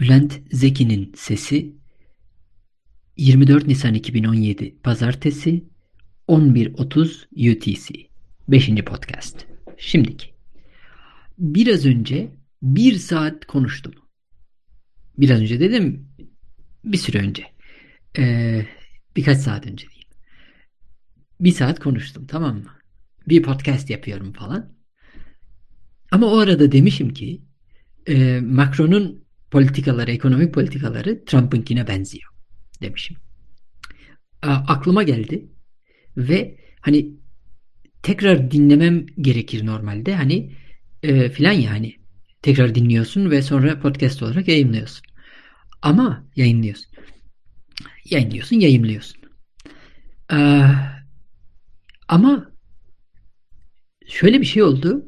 Bülent Zeki'nin sesi 24 Nisan 2017 Pazartesi 11:30 UTC 5. podcast. Şimdiki. Biraz önce bir saat konuştum. Biraz önce dedim bir süre önce. Ee, Birkaç saat önce diyeyim. Bir saat konuştum, tamam mı? Bir podcast yapıyorum falan. Ama o arada demişim ki Macron'un politikaları, ekonomik politikaları Trump'ınkine benziyor demişim. Aklıma geldi ve hani tekrar dinlemem gerekir normalde. Hani filan yani. Tekrar dinliyorsun ve sonra podcast olarak yayınlıyorsun. Ama yayınlıyorsun. Yayınlıyorsun, yayınlıyorsun. Ee, Ama şöyle bir şey oldu.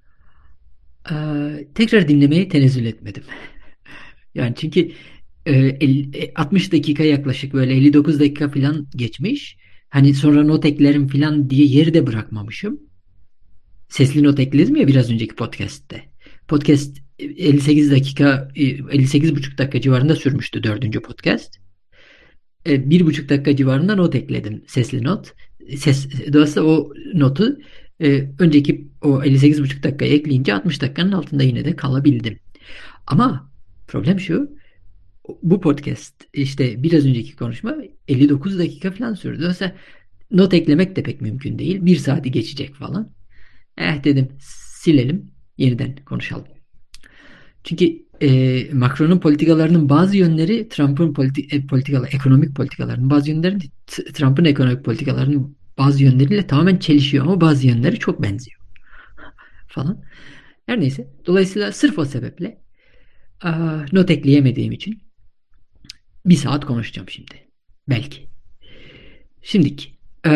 Tekrar dinlemeye tenezzül etmedim. Yani çünkü 60 dakika yaklaşık böyle 59 dakika falan geçmiş. Hani sonra not eklerim falan diye yeri de bırakmamışım. Sesli not ekledim ya biraz önceki podcast'te. Podcast 58 dakika 58,5 dakika civarında sürmüştü dördüncü podcast. 1,5 dakika civarında not ekledim. Sesli not. Dolayısıyla o notu önceki o 58,5 dakikaya ekleyince 60 dakikanın altında yine de kalabildim. Ama problem şu. Bu podcast işte biraz önceki konuşma 59 dakika falan sürdü. Dolayısıyla not eklemek de pek mümkün değil. Bir saati geçecek falan. Dedim silelim, yeniden konuşalım. Çünkü Macron'un politikalarının bazı yönleri Trump'ın ekonomik politikalarının bazı yönleri Trump'ın ekonomik politikalarının bazı yönleriyle tamamen çelişiyor ama bazı yönleri çok benziyor falan. Her neyse. Dolayısıyla sırf o sebeple not ekleyemediğim için bir saat konuşacağım şimdi. Belki. Şimdiki. E,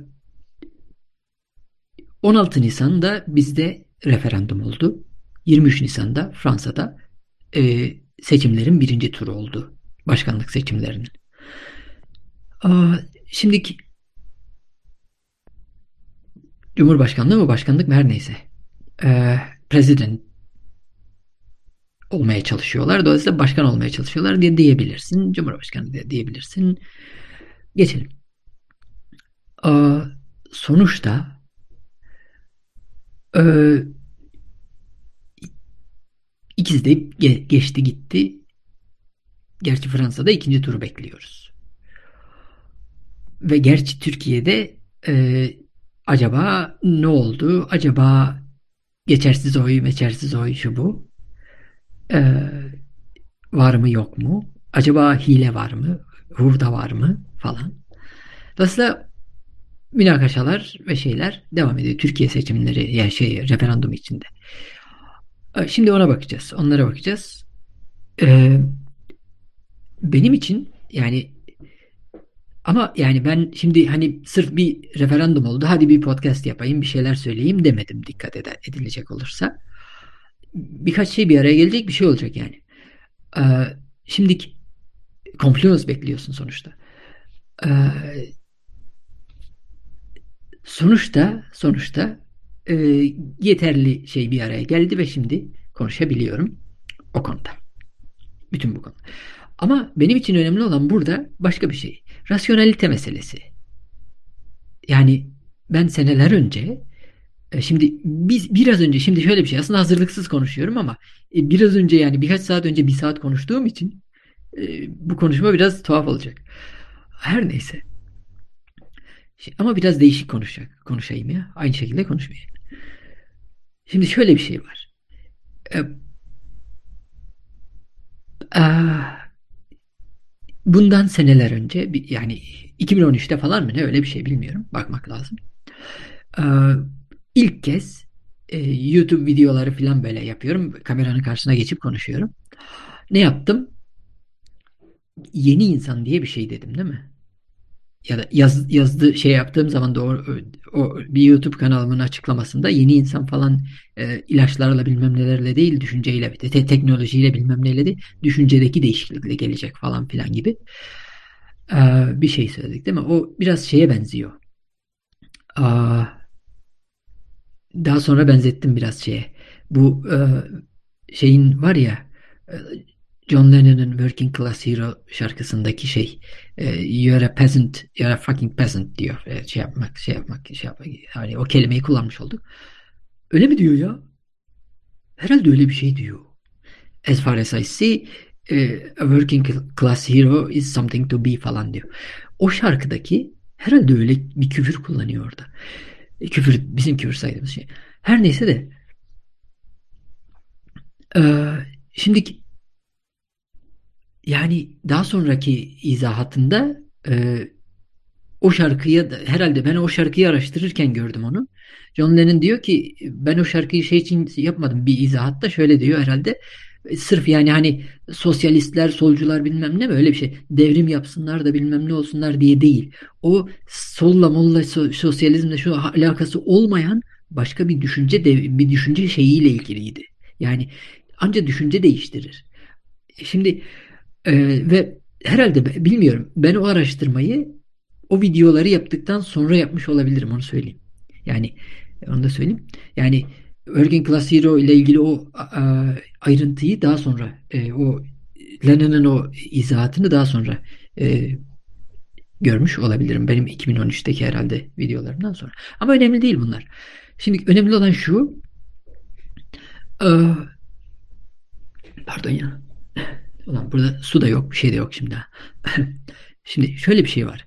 16 Nisan'da bizde referandum oldu. 23 Nisan'da Fransa'da seçimlerin birinci turu oldu. Başkanlık seçimlerinin. Şimdiki Cumhurbaşkanlığı mı başkanlık mı her neyse. President olmaya çalışıyorlar. Dolayısıyla başkan olmaya çalışıyorlar diye diyebilirsin. Cumhurbaşkanı diye diyebilirsin. Geçelim. Aa, Sonuçta e, ikisi de geçti gitti. Gerçi Fransa'da ikinci turu bekliyoruz. Ve gerçi Türkiye'de acaba ne oldu? Acaba geçersiz oy şu bu. E, Var mı yok mu? Acaba hile var mı? Hurda var mı? Falan. Dolayısıyla münakaşalar ve şeyler devam ediyor. Türkiye seçimleri yani referandum içinde. Şimdi ona bakacağız. Onlara bakacağız. E, Benim için yani ama yani ben şimdi hani sırf bir referandum oldu. Hadi bir podcast yapayım, bir şeyler söyleyeyim demedim dikkat edilecek olursa. Birkaç şey bir araya gelecek bir şey olacak yani. Ee, Şimdi Compliance bekliyorsun sonuçta. Ee, sonuçta e, yeterli şey bir araya geldi ve şimdi konuşabiliyorum o konuda. Bütün bu konu. Ama benim için önemli olan burada başka bir şey. Rasyonelite meselesi. Yani ben seneler önce şimdi biz biraz önce şimdi şöyle bir şey aslında hazırlıksız konuşuyorum ama biraz önce yani birkaç saat önce bir saat konuştuğum için bu konuşma biraz tuhaf olacak. Her neyse. Ama biraz değişik konuşayım ya. Aynı şekilde konuşmayayım. Şimdi şöyle bir şey var. E, ah, Bundan seneler önce yani 2013'te falan mı ne öyle bir şey bilmiyorum. Bakmak lazım. E, ilk kez YouTube videoları falan böyle yapıyorum. Kameranın karşısına geçip konuşuyorum. Ne yaptım? Yeni insan diye bir şey dedim değil mi? Ya da yazdı şey yaptığım zaman da o bir YouTube kanalımın açıklamasında yeni insan falan ilaçlarla bilmem nelerle değil düşünceyle teknolojiyle bilmem neyle değil düşüncedeki değişiklikle gelecek falan filan gibi bir şey söyledik değil mi? O biraz şeye benziyor. Aa, Daha sonra benzettim biraz şeye. Bu şeyin var ya John Lennon'ın Working Class Hero şarkısındaki şey, you're a peasant, you're a fucking peasant diyor. Şey yapmak. Hani o kelimeyi kullanmış olduk. Öyle mi diyor ya? Herhalde öyle bir şey diyor. As far as I see, a working class hero is something to be falan diyor. O şarkıdaki herhalde öyle bir küfür kullanıyor orada. Küfür, bizim küfür saydığımız şey. Her neyse de e, şimdi yani daha sonraki izahatında o şarkıya herhalde ben o şarkıyı araştırırken gördüm onu. John Lennon diyor ki ben o şarkıyı şey için yapmadım, bir izahatta şöyle diyor herhalde. Sırf yani hani sosyalistler, solcular bilmem ne böyle bir şey. Devrim yapsınlar da bilmem ne olsunlar diye değil. O solla molla sosyalizmle şu alakası olmayan başka bir düşünce bir düşünce şeyiyle ilgiliydi. Yani ancak düşünce değiştirir. Şimdi ve herhalde bilmiyorum. Ben o araştırmayı o videoları yaptıktan sonra yapmış olabilirim, onu söyleyeyim. Yani onu da söyleyeyim. Yani Working Class Hero ile ilgili o ayrıntıyı daha sonra o Lennon'ın o izahatını daha sonra e, görmüş olabilirim. Benim 2013'teki herhalde videolarımdan sonra. Ama önemli değil bunlar. Şimdi önemli olan şu, e, pardon ya. Ulan burada su da yok, bir şey de yok şimdi. Şimdi şöyle bir şey var.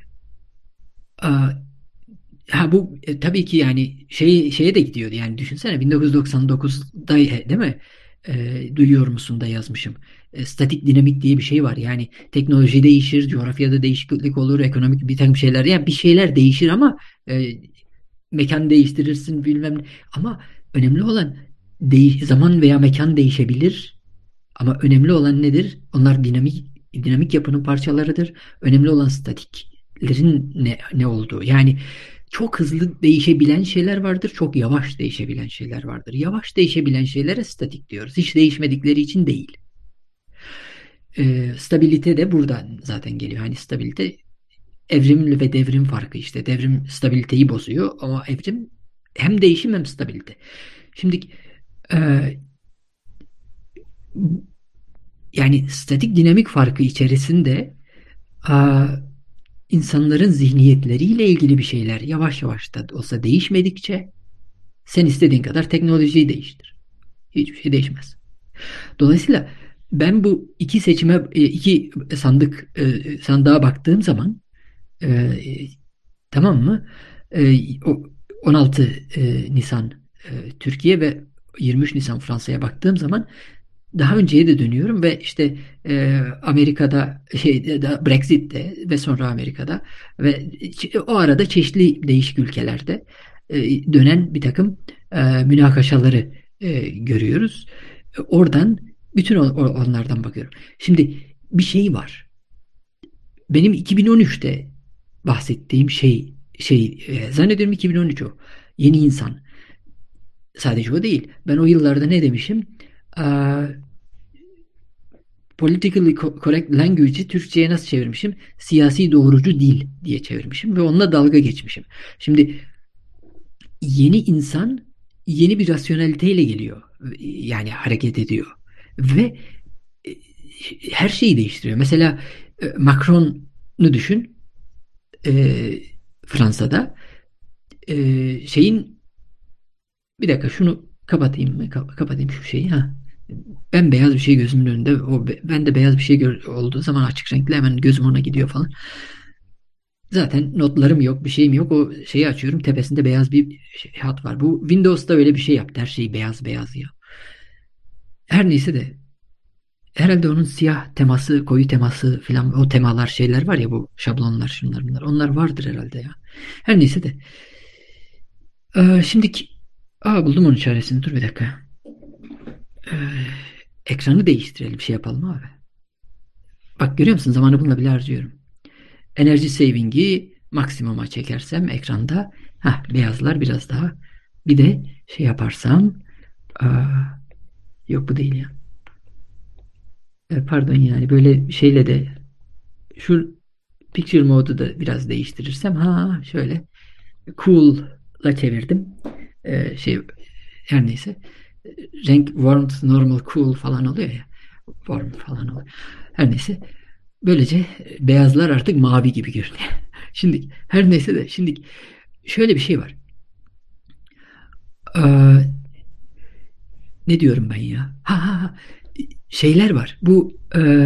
Ha bu tabii ki yani şeye de gidiyordu. Yani düşünsene 1999'da değil mi? Duyuyor musun da yazmışım. Statik dinamik diye bir şey var. Yani teknoloji değişir, coğrafyada değişiklik olur, ekonomik bir takım şeyler. Yani bir şeyler değişir ama mekan değiştirirsin bilmem ne. Ama önemli olan zaman veya mekan değişebilir. Ama önemli olan nedir? Onlar dinamik yapının parçalarıdır. Önemli olan statiklerin ne olduğu. Yani çok hızlı değişebilen şeyler vardır, çok yavaş değişebilen şeyler vardır. Yavaş değişebilen şeylere statik diyoruz. Hiç değişmedikleri için değil. Stabilite de buradan zaten geliyor. Hani stabilite evrim ve devrim farkı işte. Devrim stabiliteyi bozuyor ama evrim hem değişim hem stabilite. Şimdi e, yani statik dinamik farkı içerisinde a, insanların zihniyetleriyle ilgili bir şeyler yavaş yavaş da olsa değişmedikçe sen istediğin kadar teknolojiyi değiştir. Hiçbir şey değişmez. Dolayısıyla ben bu iki seçime, iki sandığa baktığım zaman e, tamam mı? O 16 Nisan Türkiye ve 23 Nisan Fransa'ya baktığım zaman daha önceye de dönüyorum ve işte Amerika'da Brexit'te ve sonra Amerika'da ve o arada çeşitli değişik ülkelerde dönen bir takım münakaşaları görüyoruz. Oradan bütün onlardan bakıyorum. Şimdi bir şey var. Benim 2013'te bahsettiğim zannediyorum 2013 o. Yeni insan. Sadece o değil. Ben o yıllarda ne demişim? Politically correct language'i Türkçe'ye nasıl çevirmişim? Siyasi doğrucu dil diye çevirmişim ve onunla dalga geçmişim. Şimdi yeni insan yeni bir rasyoneliteyle geliyor. Yani hareket ediyor. Ve e, her şeyi değiştiriyor. Mesela Macron'u düşün. E, Fransa'da şeyin bir dakika şunu kapatayım mı? Kapatayım şu şeyi. Ha. Ben beyaz bir şey gözümün önünde. Ben de beyaz bir şey olduğu zaman açık renkli hemen gözüm ona gidiyor falan. Zaten notlarım yok, bir şeyim yok. O şeyi açıyorum. Tepesinde beyaz bir hat var. Bu Windows'ta öyle bir şey yaptı. Her şey beyaz beyaz ya. Her neyse de herhalde onun siyah teması, koyu teması filan o temalar şeyler var ya, bu şablonlar şunlar bunlar. Onlar vardır herhalde ya. Her neyse de şimdiki buldum onun çaresini. Dur bir dakika. Ee, ekranı değiştirelim. Bir şey yapalım abi. Bak görüyor musun? Zamanı bununla bile harcıyorum. Enerji saving'i maksimuma çekersem ekranda beyazlar biraz daha. Bir de şey yaparsam aa, yok bu değil ya. Pardon yani böyle bir şeyle de şu picture mode'u da biraz değiştirirsem şöyle cool'la çevirdim. Şey her neyse renk warmth, normal, cool falan oluyor ya. form falan olur. Her neyse. Böylece beyazlar artık mavi gibi görünüyor. Şimdi her neyse de şimdi şöyle bir şey var. Ee, ne diyorum ben ya? Ha. Şeyler var. Bu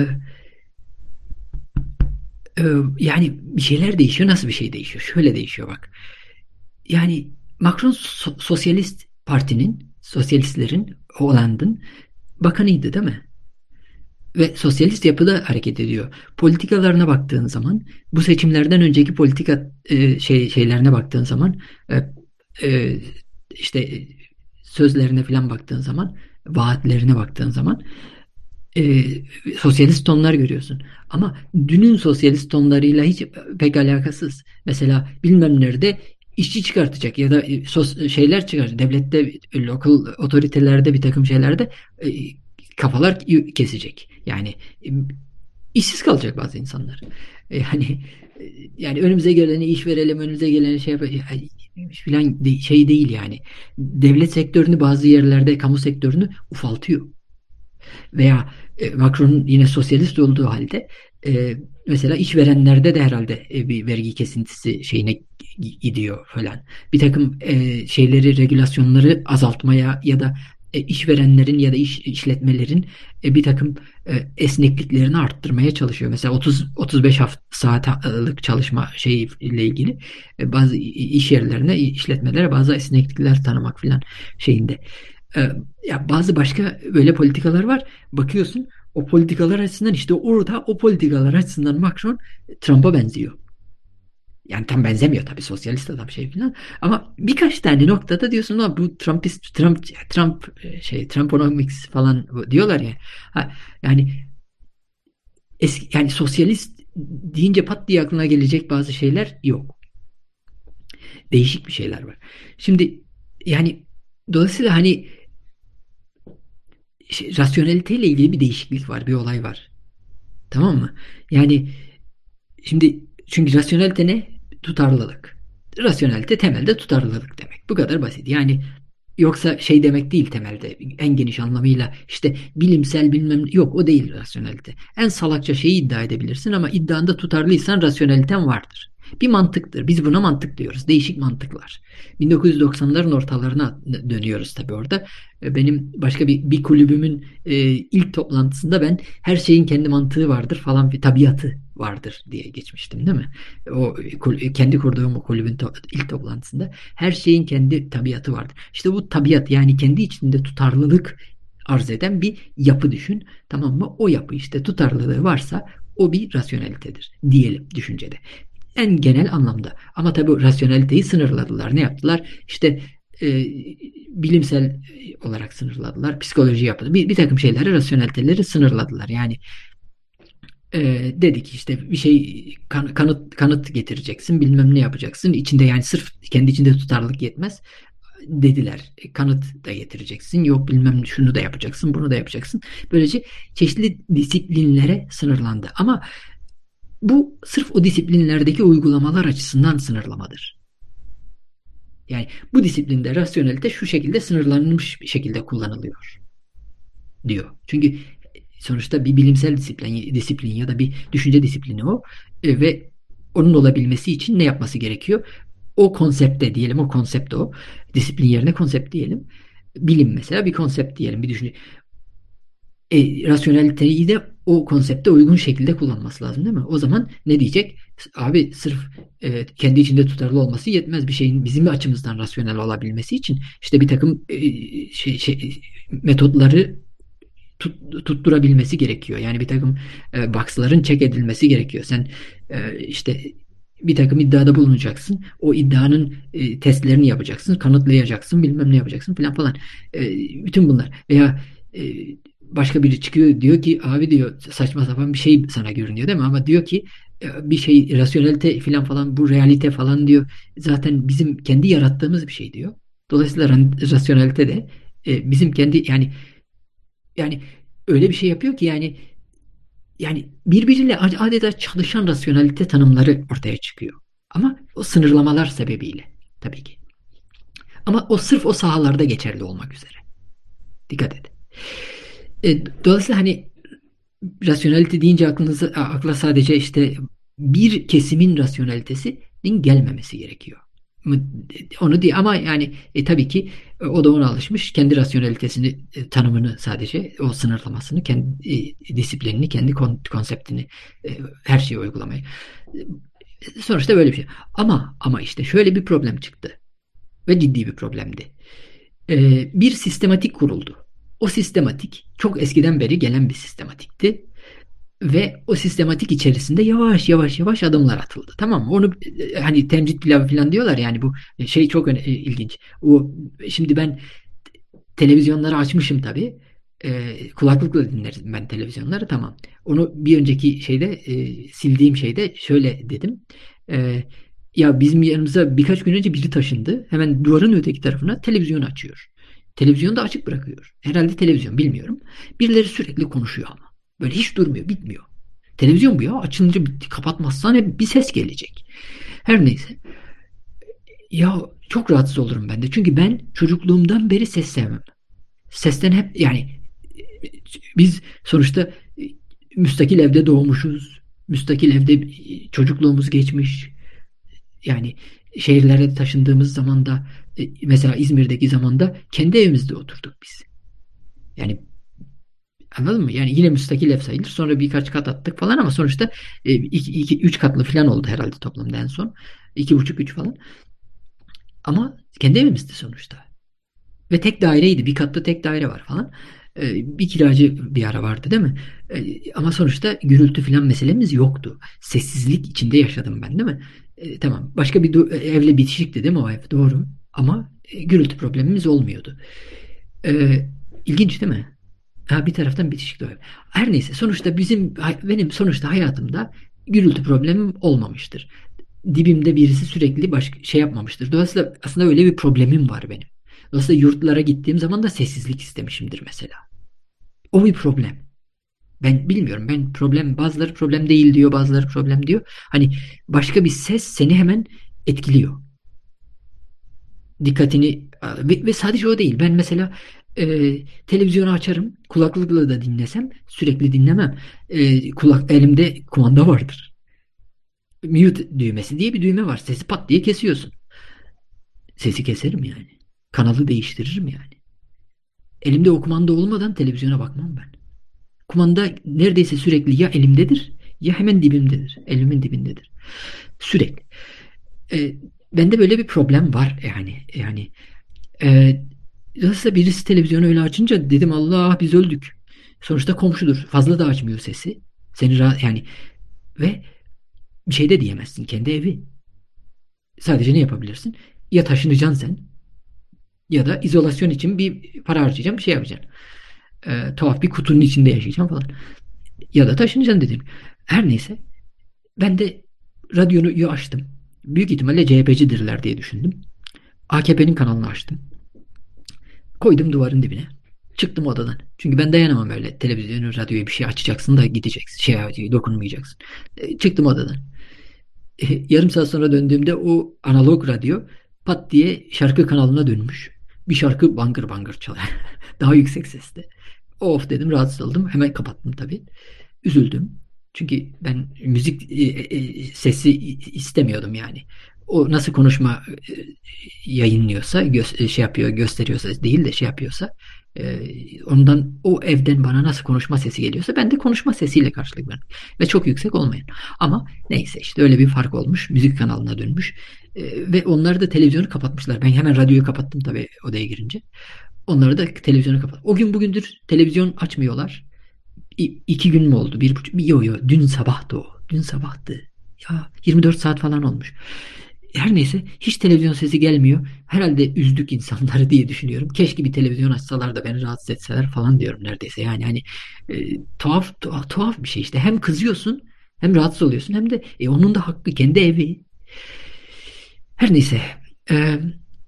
e, yani bir şeyler değişiyor. Nasıl bir şey değişiyor? Şöyle değişiyor bak. Yani Macron Sosyalist Parti'nin, sosyalistlerin, Hollande'ın bakanıydı değil mi? Ve sosyalist yapıda hareket ediyor. Politikalarına baktığın zaman, bu seçimlerden önceki politika şeylerine baktığın zaman, e, e, işte sözlerine falan baktığın zaman, vaatlerine baktığın zaman e, sosyalist tonlar görüyorsun. Ama dünün sosyalist tonlarıyla hiç pek alakasız. Mesela bilmem nerede işçi çıkartacak ya da şeyler çıkar. Devlette, lokal otoritelerde bir takım şeylerde e, kafalar kesecek. Yani e, işsiz kalacak bazı insanlar. Yani yani önümüze geleni iş verelim, önümüze geleni şey yapalım filan şey değil yani. Devlet sektörünü bazı yerlerde, kamu sektörünü ufaltıyor. Veya Macron'un yine sosyalist olduğu halde mesela işverenlerde de herhalde bir vergi kesintisi şeyine gidiyor falan. Bir takım şeyleri, regülasyonları azaltmaya ya da işverenlerin ya da işletmelerin bir takım esnekliklerini arttırmaya çalışıyor. Mesela 30-35 saatlik çalışma şeyi ile ilgili bazı iş yerlerine, işletmelere bazı esneklikler tanımak falan şeyinde. Ee, ya bazı başka böyle politikalar var. Bakıyorsun o politikalar açısından, işte orada o politikalar açısından Macron Trump'a benziyor. Yani tam benzemiyor tabii, sosyalist adam şey falan. Ama birkaç tane noktada diyorsun lan bu Trumpist, Trumponomics falan diyorlar ya. Ha, yani yani sosyalist deyince pat diye aklına gelecek bazı şeyler yok. Değişik bir şeyler var. Şimdi yani dolayısıyla hani rasyoneliteyle ilgili bir değişiklik var, bir olay var. Tamam mı? Yani şimdi çünkü rasyonelite ne? Tutarlılık. Rasyonelite temelde tutarlılık demek. Bu kadar basit. Yani yoksa şey demek değil temelde, en geniş anlamıyla işte bilimsel bilmem yok, o değil rasyonelite. En salakça şeyi iddia edebilirsin ama iddianda tutarlıysan rasyoneliten vardır. Bir mantıktır. Biz buna mantık diyoruz. Değişik mantıklar. 1990'ların ortalarına dönüyoruz tabii orada. Benim başka bir kulübümün ilk toplantısında ben her şeyin kendi mantığı vardır falan, bir tabiatı vardır diye geçmiştim değil mi? O kendi kurduğum o kulübün ilk toplantısında her şeyin kendi tabiatı vardır. İşte bu tabiat, yani kendi içinde tutarlılık arz eden bir yapı düşün. Tamam mı? O yapı işte tutarlılığı varsa o bir rasyonelitedir diyelim düşüncede. En genel anlamda. Ama tabii rasyoneliteyi sınırladılar. Ne yaptılar? İşte e, bilimsel olarak sınırladılar. Psikoloji yapısı. Bir takım şeyleri, rasyoneliteleri sınırladılar. Yani dedik işte bir şey kanıt getireceksin, bilmem ne yapacaksın. İçinde yani sırf kendi içinde tutarlılık yetmez dediler. Kanıt da getireceksin. Yok bilmem şunu da yapacaksın, bunu da yapacaksın. Böylece çeşitli disiplinlere sınırlandı. Ama bu sırf o disiplinlerdeki uygulamalar açısından sınırlamadır. Yani bu disiplinde rasyonelite şu şekilde sınırlanmış bir şekilde kullanılıyor diyor. Çünkü sonuçta bir bilimsel disiplin ya da bir düşünce disiplini o. Ve onun olabilmesi için ne yapması gerekiyor? O konsepte diyelim, o konsept o. Disiplin yerine konsept diyelim. Bilim mesela bir konsept diyelim, bir düşünce. Rasyoneliteyi de o konsepte uygun şekilde kullanması lazım değil mi? O zaman ne diyecek? Abi sırf kendi içinde tutarlı olması yetmez, bir şeyin bizim açımızdan rasyonel olabilmesi için işte bir takım metotları tutturabilmesi gerekiyor. Yani bir takım box'ların check edilmesi gerekiyor. Sen işte bir takım iddiada bulunacaksın. O iddianın testlerini yapacaksın, kanıtlayacaksın, bilmem ne yapacaksın falan falan. E, bütün bunlar. Veya e, başka biri çıkıyor diyor ki abi diyor saçma sapan bir şey sana görünüyor değil mi? Ama diyor ki bir şey rasyonelite falan falan, bu realite falan diyor. Zaten bizim kendi yarattığımız bir şey diyor. Dolayısıyla rasyonelite de bizim kendi yani öyle bir şey yapıyor ki yani birbiriyle adeta çalışan rasyonelite tanımları ortaya çıkıyor. Ama o sınırlamalar sebebiyle tabii ki. Ama o sırf o sahalarda geçerli olmak üzere. Dikkat et. Dolayısıyla hani Rasyonelite deyince akla sadece işte bir kesimin rasyonelitesinin gelmemesi gerekiyor. Onu diye ama yani tabii ki o da ona alışmış. Kendi rasyonelitesini tanımını sadece o sınırlamasını, kendi disiplinini, kendi konseptini her şeyi uygulamaya. Sonuçta böyle bir şey. Ama işte şöyle bir problem çıktı ve ciddi bir problemdi. Bir sistematik kuruldu. O sistematik çok eskiden beri gelen bir sistematikti. Ve o sistematik içerisinde yavaş yavaş yavaş adımlar atıldı. Tamam mı? Onu hani temcit pilavı falan diyorlar yani bu şey çok ilginç. O şimdi ben televizyonları açmışım tabii. Kulaklıkla dinlerim ben televizyonları tamam. Onu bir önceki şeyde sildiğim şeyde şöyle dedim. E, Ya bizim yanımıza birkaç gün önce biri taşındı. Hemen duvarın öteki tarafına televizyonu açıyor. Televizyonu da açık bırakıyor. Herhalde televizyon bilmiyorum. Birileri sürekli konuşuyor ama. Böyle hiç durmuyor, bitmiyor. Televizyon bu ya. Açılınca kapatmazsan hep bir ses gelecek. Her neyse. Ya çok rahatsız olurum ben de. Çünkü ben çocukluğumdan beri ses sevmem. Sesten hep yani biz sonuçta müstakil evde doğmuşuz. Müstakil evde çocukluğumuz geçmiş. Yani şehirlere taşındığımız zaman da mesela İzmir'deki zamanda kendi evimizde oturduk biz. Yani anladın mı? Yani yine müstakil ev sayılır. Sonra birkaç kat attık falan ama sonuçta üç katlı falan oldu herhalde toplamda en son. 2,5 3 falan. Ama kendi evimizdi sonuçta. Ve tek daireydi. Bir katta tek daire var falan. Bir kiracı bir ara vardı değil mi? Ama sonuçta gürültü falan meselemiz yoktu. Sessizlik içinde yaşadım ben değil mi? Tamam. Başka bir evle bitişikti değil mi o ev? Doğru. Ama gürültü problemimiz olmuyordu. İlginç değil mi? Ha, bir taraftan bitişik de o ev. Her neyse sonuçta benim sonuçta hayatımda gürültü problemim olmamıştır. Dibimde birisi sürekli başka şey yapmamıştır. Dolayısıyla aslında öyle bir problemim var benim. Dolayısıyla yurtlara gittiğim zaman da sessizlik istemişimdir mesela. O bir problem. Ben bilmiyorum. Bazıları problem değil diyor, bazıları problem diyor. Hani başka bir ses seni hemen etkiliyor. Dikkatini ve sadece o değil. Ben mesela televizyonu açarım. Kulaklıkla da dinlesem sürekli dinlemem. Elimde kumanda vardır. Mute düğmesi diye bir düğme var. Sesi pat diye kesiyorsun. Sesi keserim yani. Kanalı değiştiririm yani. Elimde o kumanda olmadan televizyona bakmam ben. Kumanda neredeyse sürekli ya elimdedir ya hemen dibimdedir. Elimin dibindedir. Sürekli. E, Bende böyle bir problem var yani. E, Dolayısıyla birisi televizyonu öyle açınca dedim Allah biz öldük. Sonuçta komşudur. Fazla da açmıyor sesi. Seni yani ve bir şey de diyemezsin. Kendi evi. Sadece ne yapabilirsin? Ya taşınacaksın sen ya da izolasyon için bir para harcayacaksın bir şey yapacaksın. Tuhaf bir kutunun içinde yaşayacağım falan. Ya da taşınacaksın dedim. Her neyse ben de radyoyu açtım. Büyük ihtimalle CHP'cidirler diye düşündüm. AKP'nin kanalını açtım. Koydum duvarın dibine. Çıktım odadan. Çünkü ben dayanamam öyle. Televizyonu, radyoyu bir şey açacaksın da gideceksin. Dokunmayacaksın. Çıktım odadan. Yarım saat sonra döndüğümde o analog radyo pat diye şarkı kanalına dönmüş. Bir şarkı bangır bangır çalıyor. Daha yüksek sesle. Of dedim rahatsız oldum. Hemen kapattım tabii. Üzüldüm. Çünkü ben müzik sesi istemiyordum yani. O nasıl konuşma yayınlıyorsa, şey yapıyor, gösteriyorsa değil de şey yapıyorsa ondan o evden bana nasıl konuşma sesi geliyorsa ben de konuşma sesiyle karşılık veririm. Ve çok yüksek olmayan. Ama neyse işte öyle bir fark olmuş. Müzik kanalına dönmüş. Ve onlar da televizyonu kapatmışlar. Ben hemen radyoyu kapattım tabii odaya girince. Onları da televizyonu kapat. O gün bugündür televizyon açmıyorlar. 2 gün mü oldu? 1,5. Yo, dün sabahtı o. Dün sabahtı. Ya 24 saat falan olmuş. Her neyse hiç televizyon sesi gelmiyor. Herhalde üzdük insanları diye düşünüyorum. Keşke bir televizyon açsalar da beni rahatsız etseler falan diyorum neredeyse. Yani hani tuhaf bir şey işte. Hem kızıyorsun hem rahatsız oluyorsun hem de onun da hakkı kendi evi. Her neyse. E,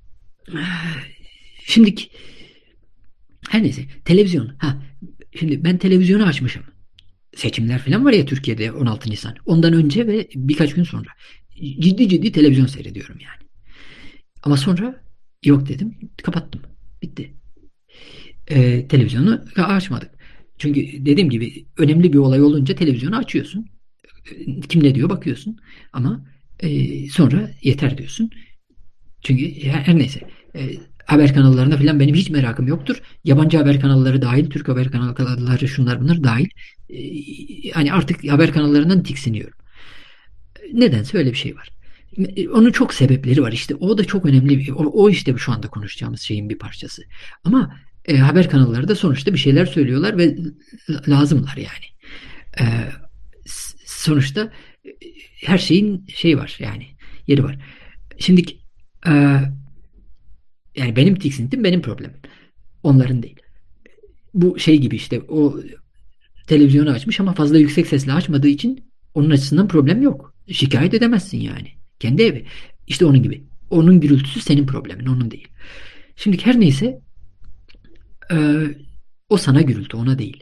Şimdiki her neyse televizyon. Şimdi ben televizyonu açmışım. Seçimler falan var ya Türkiye'de 16 Nisan. Ondan önce ve birkaç gün sonra. Ciddi ciddi televizyon seyrediyorum yani. Ama sonra yok dedim. Kapattım. Bitti. Televizyonu açmadık. Çünkü dediğim gibi önemli bir olay olunca televizyonu açıyorsun. Kim ne diyor bakıyorsun. Ama sonra yeter diyorsun. Çünkü her neyse. Haber kanallarına falan benim hiç merakım yoktur. Yabancı haber kanalları dahil, Türk haber kanalları şunlar bunlar dahil. Yani artık haber kanallarından tiksiniyorum. Nedense öyle bir şey var. Onun çok sebepleri var işte. O da çok önemli. O işte şu anda konuşacağımız şeyin bir parçası. Ama haber kanalları da sonuçta bir şeyler söylüyorlar ve lazımlar yani. E, sonuçta her şeyin şeyi var yani yeri var. Şimdi e, yani benim tiksintim benim problemim. Onların değil. Bu şey gibi işte o televizyonu açmış ama fazla yüksek sesle açmadığı için onun açısından problem yok. Şikayet edemezsin yani. Kendi evi. İşte onun gibi. Onun gürültüsü senin problemin, onun değil. Şimdi her neyse e, o sana gürültü, ona değil.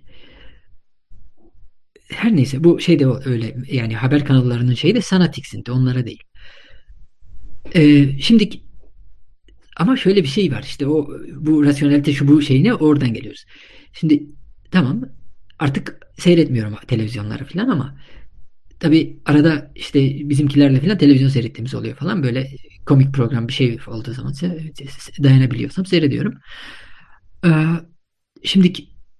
Her neyse bu şey de öyle yani haber kanallarının şeyi de sana tiksinti, onlara değil. Şimdi ama şöyle bir şey var işte o bu rasyonelite şu bu şeyine oradan geliyoruz. Şimdi tamam artık seyretmiyorum televizyonları falan ama tabii arada işte bizimkilerle falan televizyon seyrettiğimiz oluyor falan. Böyle komik program bir şey olduğu zaman dayanabiliyorsam seyrediyorum. Ee, şimdi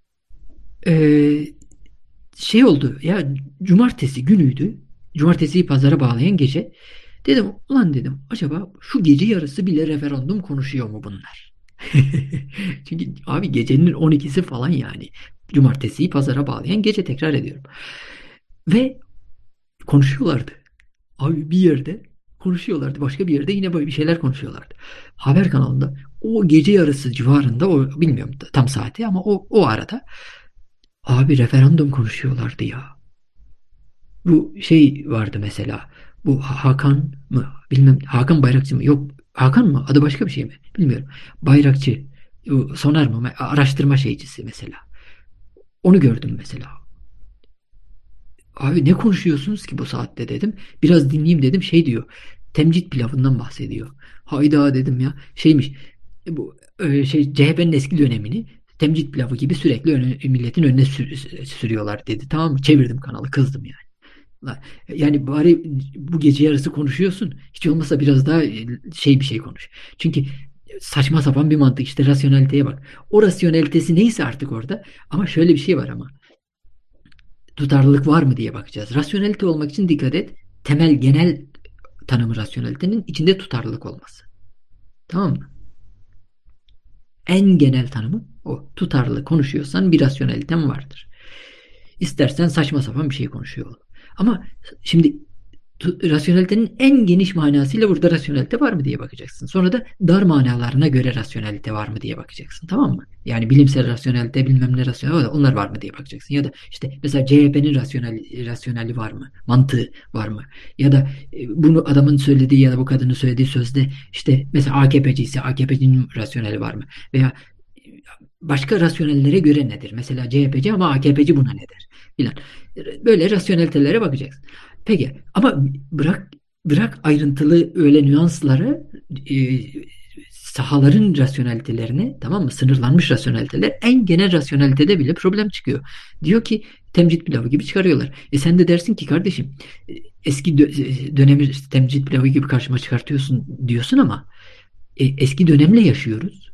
şey oldu ya cumartesi günüydü. Cumartesiyi pazara bağlayan gece. Dedim ulan dedim acaba şu gece yarısı bile referandum konuşuyor mu bunlar? Çünkü abi gecenin 12'si falan yani. Cumartesiyi pazara bağlayan gece tekrar ediyorum. Ve konuşuyorlardı. Abi bir yerde konuşuyorlardı. Başka bir yerde yine böyle bir şeyler konuşuyorlardı. Haber kanalında o gece yarısı civarında o bilmiyorum tam saati ama o arada abi referandum konuşuyorlardı ya. Bu şey vardı mesela. Bu Hakan mı? Bilmem Hakan Bayrakçı mı? Yok Hakan mı? Adı başka bir şey mi? Bilmiyorum. Bayrakçı. Soner mı? Araştırma şeycisi mesela. Onu gördüm mesela. Abi ne konuşuyorsunuz ki bu saatte dedim. Biraz dinleyeyim dedim. Şey diyor. Temcit pilavından bahsediyor. Hayda dedim ya. Şeymiş. Bu şey CHP'nin eski dönemini temcit pilavı gibi sürekli milletin önüne sürüyorlar dedi. Tamam mı? Çevirdim kanalı. Kızdım yani. Yani bari bu gece yarısı konuşuyorsun. Hiç olmazsa biraz daha şey bir şey konuş. Çünkü saçma sapan bir mantık işte rasyoneliteye bak. O rasyonelitesi neyse artık orada. Ama şöyle bir şey var ama tutarlılık var mı diye bakacağız. Rasyonelite olmak için dikkat et. Temel genel tanımı rasyonelitenin içinde tutarlılık olması. Tamam mı? En genel tanımı o. Tutarlı konuşuyorsan bir rasyoneliten vardır. İstersen saçma sapan bir şey konuşuyor ol. Ama şimdi rasyonelitenin en geniş manasıyla burada rasyonelite var mı diye bakacaksın. Sonra da dar manalarına göre rasyonelite var mı diye bakacaksın. Tamam mı? Yani bilimsel rasyonelite bilmem ne rasyonelite onlar var mı diye bakacaksın. Ya da işte mesela CHP'nin rasyoneli var mı? Mantığı var mı? Ya da bunu adamın söylediği ya da bu kadının söylediği sözde işte mesela AKP'ci ise AKP'cinin rasyoneli var mı? Veya başka rasyonellere göre nedir? Mesela CHP'ci ama AKP'ci buna ne der? Filan. Böyle rasyonelitelere bakacaksın. Peki ama bırak ayrıntılı öyle nüansları sahaların rasyonelitelerine tamam mı? Sınırlanmış rasyoneliteler en genel rasyonelitede bile problem çıkıyor. Diyor ki temcit pilavı gibi çıkarıyorlar. Sen de dersin ki kardeşim eski dönemi işte temcit pilavı gibi karşıma çıkartıyorsun diyorsun ama eski dönemle yaşıyoruz.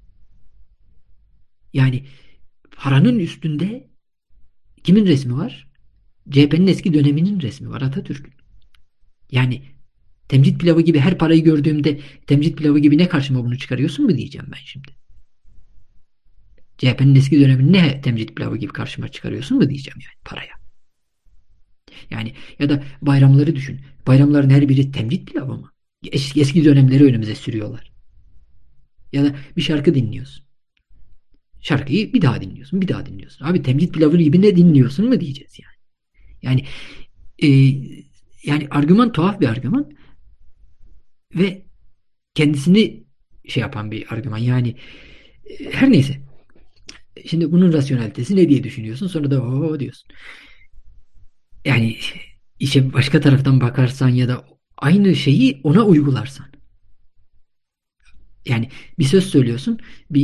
Yani paranın üstünde kimin resmi var? CHP'nin eski döneminin resmi var Atatürk'ün. Yani temcit pilavı gibi her parayı gördüğümde temcit pilavı gibi ne karşıma bunu çıkarıyorsun mu diyeceğim ben şimdi. CHP'nin eski dönemini ne temcit pilavı gibi karşıma çıkarıyorsun mu diyeceğim yani paraya. Yani ya da bayramları düşün. Bayramların her biri temcit pilavı mı? Eski dönemleri önümüze sürüyorlar. Ya da bir şarkı dinliyorsun. Şarkıyı bir daha dinliyorsun, bir daha dinliyorsun. Abi temcit pilavı gibi ne dinliyorsun mu diyeceğiz yani. Yani e, yani argüman tuhaf bir argüman ve kendisini şey yapan bir argüman. Yani her neyse. Şimdi bunun rasyonelitesi ne diye düşünüyorsun? Sonra da o diyorsun. Yani işe başka taraftan bakarsan ya da aynı şeyi ona uygularsan. Yani bir söz söylüyorsun. Bir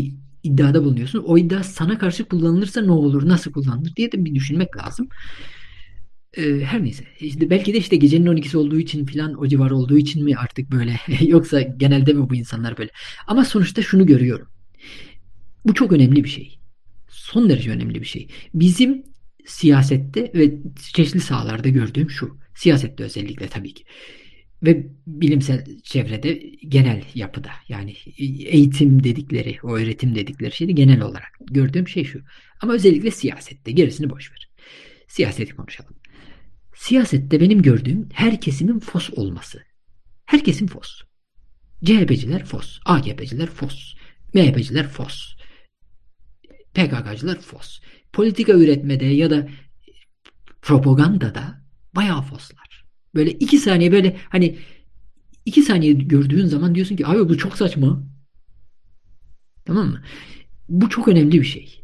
iddiada bulunuyorsun. O iddia sana karşı kullanılırsa ne olur, nasıl kullanılır diye de bir düşünmek lazım. Her neyse. İşte belki de işte gecenin 12'si olduğu için filan o civar olduğu için mi artık böyle yoksa genelde mi bu insanlar böyle? Ama sonuçta şunu görüyorum. Bu çok önemli bir şey. Son derece önemli bir şey. Bizim siyasette ve çeşitli sahalarda gördüğüm şu. Siyasette özellikle tabii ki. Ve bilimsel çevrede genel yapıda yani eğitim dedikleri, o öğretim dedikleri şeyde genel olarak gördüğüm şey şu. Ama özellikle siyasette gerisini boş ver. Siyaseti konuşalım. Siyasette benim gördüğüm her kesimin fos olması. Herkesin fos. CHP'ciler fos, AKP'ciler fos, MHP'ciler fos, PKK'cılar fos. Politika üretmede ya da propagandada bayağı foslar. Böyle 2 saniye böyle hani 2 saniye gördüğün zaman diyorsun ki abi bu çok saçma. Tamam mı? Bu çok önemli bir şey.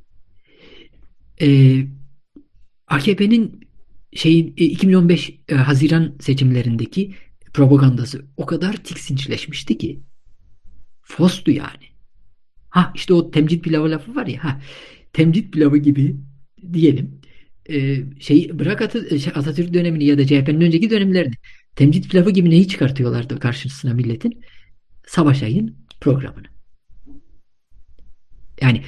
Ee, AKP'nin 2015 Haziran seçimlerindeki propagandası o kadar tiksinçleşmişti ki fostu yani. Ha işte o temcit pilavı lafı var ya. Ha, temcit pilavı gibi diyelim. Bırak Atatürk dönemini ya da CHP'nin önceki dönemlerini. Temcit pilavı gibi neyi çıkartıyorlardı karşısına milletin? Savaş Ay'ın programını. Yani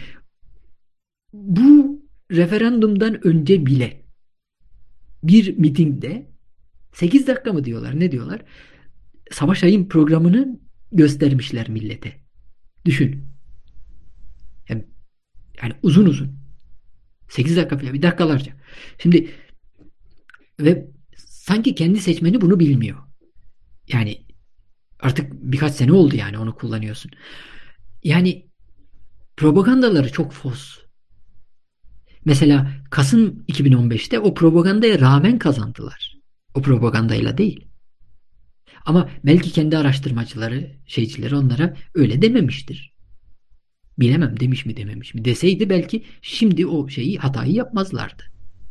bu referandumdan önce bile bir mitingde 8 dakika mı diyorlar ne diyorlar? Savaş Ay'ın programını göstermişler millete. Düşün. Yani, yani uzun uzun. 8 dakika falan bir dakikalarca. Şimdi ve sanki kendi seçmeni bunu bilmiyor. Yani artık birkaç sene oldu yani onu kullanıyorsun. Yani propagandaları çok fos. Mesela Kasım 2015'te o propagandaya rağmen kazandılar. O propagandayla değil. Ama belki kendi araştırmacıları, şeycileri onlara öyle dememiştir. Bilemem demiş mi dememiş mi. Deseydi belki şimdi o hatayı yapmazlardı.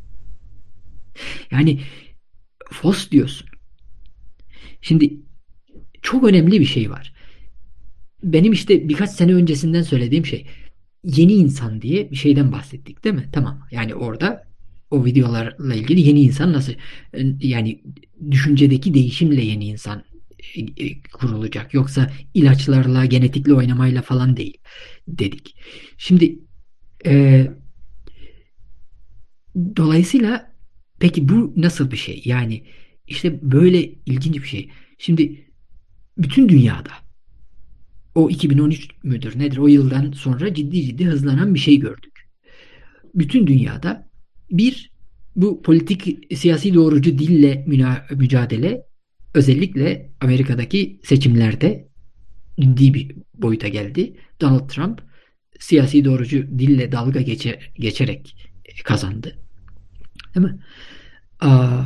Yani fos diyorsun. Şimdi çok önemli bir şey var. Benim işte birkaç sene öncesinden söylediğim şey. Yeni insan diye bir şeyden bahsettik değil mi? Tamam. Yani orada o videolarla ilgili yeni insan nasıl yani düşüncedeki değişimle yeni insan kurulacak. Yoksa ilaçlarla, genetikle oynamayla falan değil dedik. Şimdi e, dolayısıyla peki bu nasıl bir şey? Yani işte böyle ilginç bir şey. Şimdi bütün dünyada o 2013 müdür nedir o yıldan sonra ciddi ciddi hızlanan bir şey gördük. Bütün dünyada bir bu politik siyasi doğrucu dille mücadele özellikle Amerika'daki seçimlerde ciddi bir boyuta geldi. Donald Trump siyasi doğrucu dille dalga geçerek kazandı. Değil mi? Aa,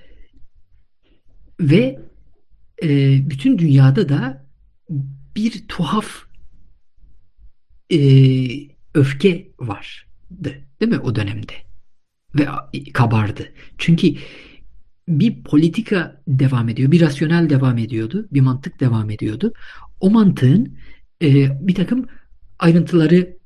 ve bütün dünyada da bir tuhaf e, öfke vardı. Değil mi o dönemde? Ve kabardı. Çünkü bir politika devam ediyor, bir rasyonel devam ediyordu, bir mantık devam ediyordu. O mantığın bir takım ayrıntıları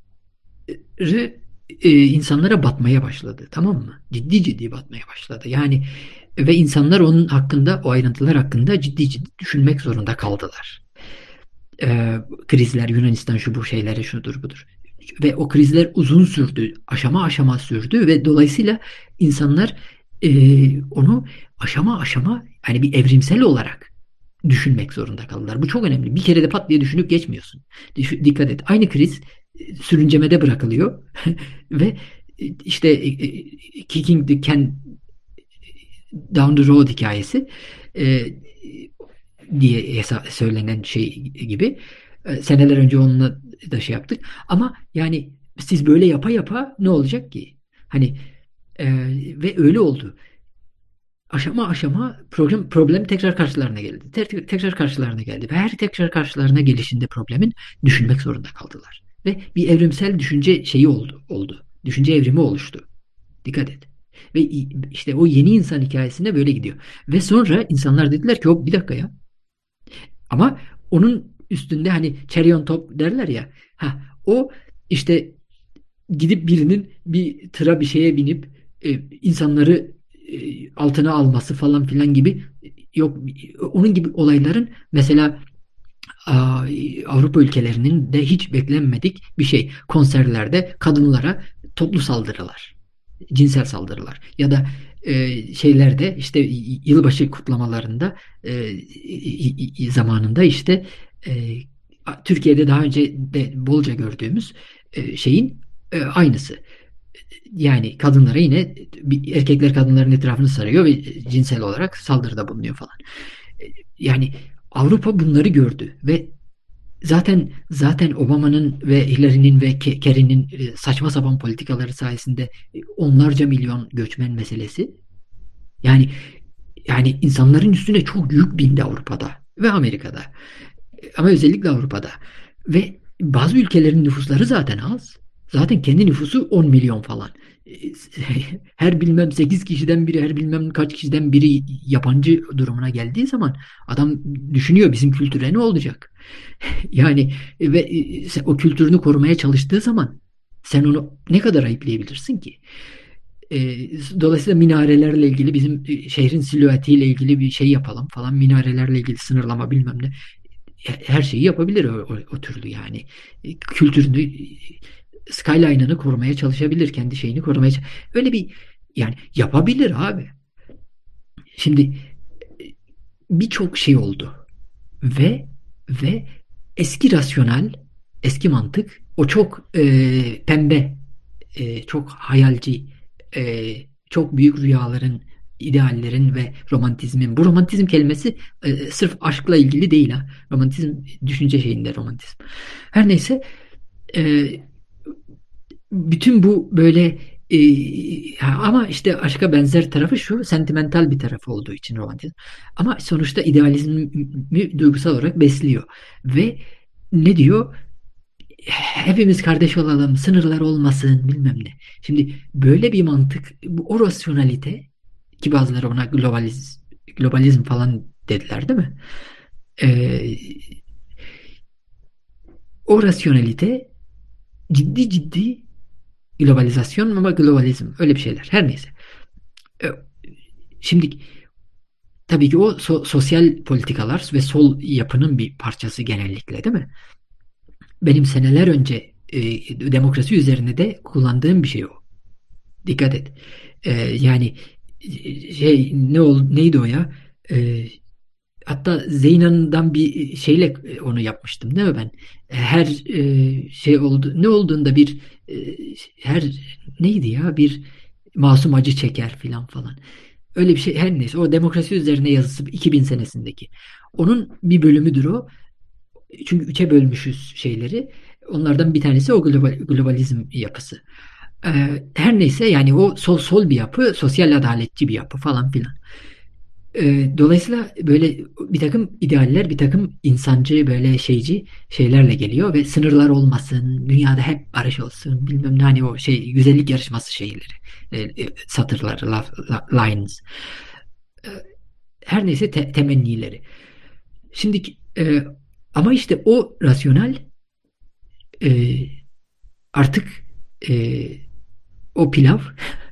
insanlara batmaya başladı. Tamam mı? Ciddi ciddi batmaya başladı. Yani ve insanlar onun hakkında, o ayrıntılar hakkında ciddi ciddi düşünmek zorunda kaldılar. Krizler, Yunanistan şu bu şeyleri şudur budur. Ve o krizler uzun sürdü, aşama aşama sürdü ve dolayısıyla insanlar onu aşama aşama yani bir evrimsel olarak düşünmek zorunda kaldılar. Bu çok önemli. Bir kere de pat diye düşünüp geçmiyorsun. Dikkat et. Aynı kriz sürüncemede bırakılıyor ve işte Kicking the Can Down the Road hikayesi e, diye söylenen şey gibi seneler önce onunla da şey yaptık. Ama yani siz böyle yapa yapa ne olacak ki? Hani e, ve öyle oldu. Aşama aşama problem tekrar karşılarına geldi. Tekrar karşılarına geldi. Ve her tekrar karşılarına gelişinde problemin düşünmek zorunda kaldılar. Ve bir evrimsel düşünce şeyi oldu. Düşünce evrimi oluştu. Dikkat et. Ve işte o yeni insan hikayesinde böyle gidiyor. Ve sonra insanlar dediler ki hop bir dakika ya. Ama onun üstünde hani cherry on top derler ya. Ha, o işte gidip birinin bir tıra bir şeye binip insanları altına alması falan filan gibi, yok onun gibi olayların mesela Avrupa ülkelerinin de hiç beklenmedik bir şey. Konserlerde kadınlara toplu saldırılar, cinsel saldırılar ya da şeylerde işte yılbaşı kutlamalarında zamanında işte Türkiye'de daha önce de bolca gördüğümüz şeyin aynısı. Yani kadınlara yine erkekler kadınların etrafını sarıyor ve cinsel olarak saldırıda bulunuyor falan. Yani Avrupa bunları gördü ve zaten Obama'nın ve Hillary'nin ve Kerry'nin saçma sapan politikaları sayesinde onlarca milyon göçmen meselesi. Yani insanların üstüne çok yük bindi Avrupa'da ve Amerika'da. Ama özellikle Avrupa'da. Ve bazı ülkelerin nüfusları zaten az. Zaten kendi nüfusu 10 milyon falan. Her bilmem 8 kişiden biri, her bilmem kaç kişiden biri yabancı durumuna geldiği zaman adam düşünüyor bizim kültüre ne olacak? Yani ve o kültürünü korumaya çalıştığı zaman sen onu ne kadar ayıplayabilirsin ki? Dolayısıyla minarelerle ilgili bizim şehrin silüetiyle ilgili bir şey yapalım falan. Minarelerle ilgili sınırlama bilmem ne. Her şeyi yapabilir o türlü yani. Kültürünü, skyline'ını korumaya çalışabilir. Kendi şeyini korumaya öyle bir, yani yapabilir abi. Şimdi birçok şey oldu ve eski rasyonel, eski mantık, o çok pembe, çok hayalci, çok büyük rüyaların, ideallerin ve romantizmin. Bu romantizm kelimesi sırf aşkla ilgili değil ha. Romantizm düşünce şeyinde romantizm. Her neyse, e, bütün bu böyle ama işte aşka benzer tarafı şu, sentimental bir tarafı olduğu için romantizm. Ama sonuçta idealizmi duygusal olarak besliyor. Ve ne diyor? Hepimiz kardeş olalım, sınırlar olmasın, bilmem ne. Şimdi böyle bir mantık, bu o rasyonalite, ki bazıları ona globalizm falan dediler değil mi? Ee, O rasyonalite ciddi ciddi globalizasyon ama globalizm öyle bir şeyler. Her neyse. Ee, Şimdi tabii ki o sosyal politikalar ve sol yapının bir parçası genellikle değil mi? Benim seneler önce demokrasi üzerine de kullandığım bir şey o. Dikkat et. Yani şey neydi o ya? E, Hatta Zeyna'dan bir şeyle onu yapmıştım değil mi ben? Her şey oldu, ne olduğunda bir e, her neydi ya, bir masum acı çeker filan falan. Öyle bir şey, her neyse, o demokrasi üzerine yazısı 2000 senesindeki. Onun bir bölümüdür o. Çünkü üçe bölmüşüz şeyleri. Onlardan bir tanesi o globalizm yapısı. Her neyse, yani o sol bir yapı, sosyal adaletçi bir yapı falan filan. Dolayısıyla böyle bir takım idealler, bir takım insancı, böyle şeyci şeylerle geliyor ve sınırlar olmasın, dünyada hep barış olsun, bilmem ne, hani o şey güzellik yarışması şeyleri, satırlar, lines. E, Her neyse, temennileri. Şimdi ama işte o rasyonel e, artık e, o pilav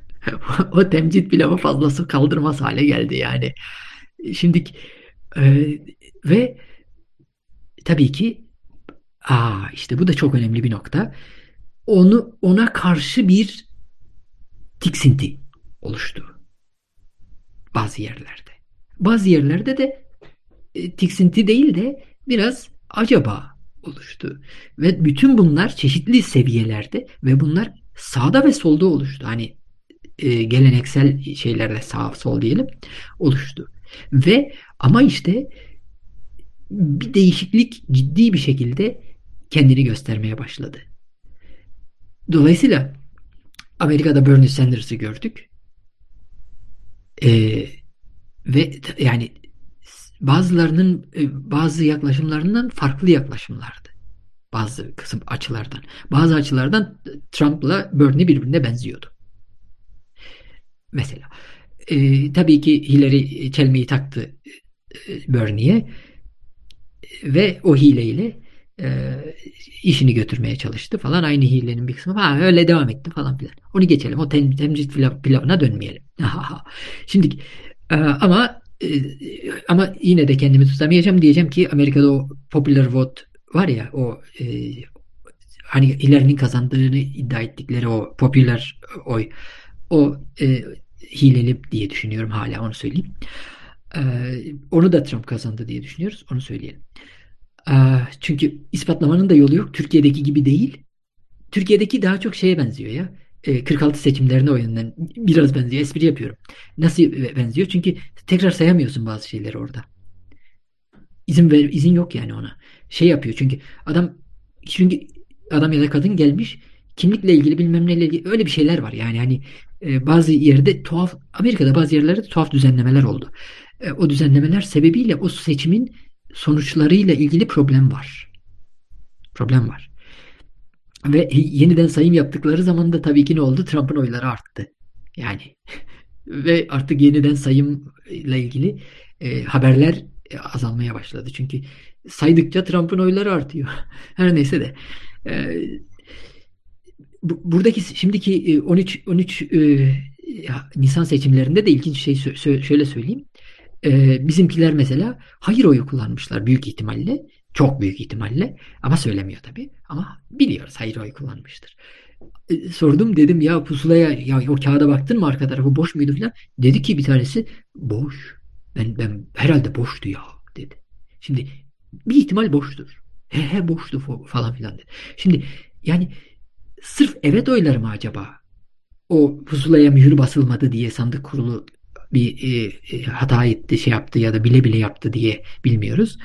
o temcit pilavı fazlası kaldırmaz hale geldi yani. Şimdi e, ve tabii ki işte bu da çok önemli bir nokta. Ona karşı bir tiksinti oluştu bazı yerlerde. Bazı yerlerde de tiksinti değil de biraz acaba oluştu. Ve bütün bunlar çeşitli seviyelerde ve bunlar sağda ve solda oluştu. Hani geleneksel şeylerle sağ sol diyelim oluştu. Ve ama işte bir değişiklik ciddi bir şekilde kendini göstermeye başladı. Dolayısıyla Amerika'da Bernie Sanders'ı gördük. E, Ve yani bazılarının bazı yaklaşımlarından farklı yaklaşımlardı. Bazı kısım açılardan. Bazı açılardan Trump'la Bernie birbirine benziyordu. Mesela. Tabii ki Hillary çelmeyi taktı Bernie'ye ve o hileyle. e, işini götürmeye çalıştı falan. Aynı hilenin bir kısmı. Ha, öyle devam etti falan filan. Onu geçelim. O temcit pilavına dönmeyelim. Şimdi ama yine de kendimi tutamayacağım. Diyeceğim ki Amerika'da o popular vote var ya, o hani Hillary'nin kazandığını iddia ettikleri o popüler oy, o hileli diye düşünüyorum, hala onu söyleyeyim. E, Onu da Trump kazandı diye düşünüyoruz. Onu söyleyelim. Çünkü ispatlamanın da yolu yok. Türkiye'deki gibi değil. Türkiye'deki daha çok şeye benziyor ya. 46 seçimlerine o yönden biraz benziyor. Espri yapıyorum. Nasıl benziyor? Çünkü tekrar sayamıyorsun bazı şeyleri orada. İzin yok yani ona. Şey yapıyor çünkü adam ya da kadın gelmiş, kimlikle ilgili bilmem neyle ilgili öyle bir şeyler var. Yani hani bazı yerde tuhaf, Amerika'da bazı yerlerde tuhaf düzenlemeler oldu. O düzenlemeler sebebiyle o seçimin sonuçlarıyla ilgili problem var. Problem var. Ve yeniden sayım yaptıkları zaman da tabii ki ne oldu? Trump'ın oyları arttı. Yani ve artık yeniden sayımla ilgili haberler azalmaya başladı. Çünkü saydıkça Trump'ın oyları artıyor. Her neyse de e, buradaki şimdiki 13 Nisan seçimlerinde de ilginç şey şöyle söyleyeyim. Bizimkiler mesela hayır oyu kullanmışlar büyük ihtimalle. Çok büyük ihtimalle. Ama söylemiyor tabii. Ama biliyoruz hayır oyu kullanmıştır. Sordum, dedim ya pusulaya, ya o kağıda baktın mı, arka tarafı boş muydu falan. Dedi ki bir tanesi, boş. Ben herhalde boştu ya, dedi. Şimdi bir ihtimal boştur. He boştu falan filan dedi. Şimdi yani sırf evet oyları mı acaba? O pusulaya mühür basılmadı diye sandık kurulu bir hata etti, şey yaptı ya da bile bile yaptı diye bilmiyoruz.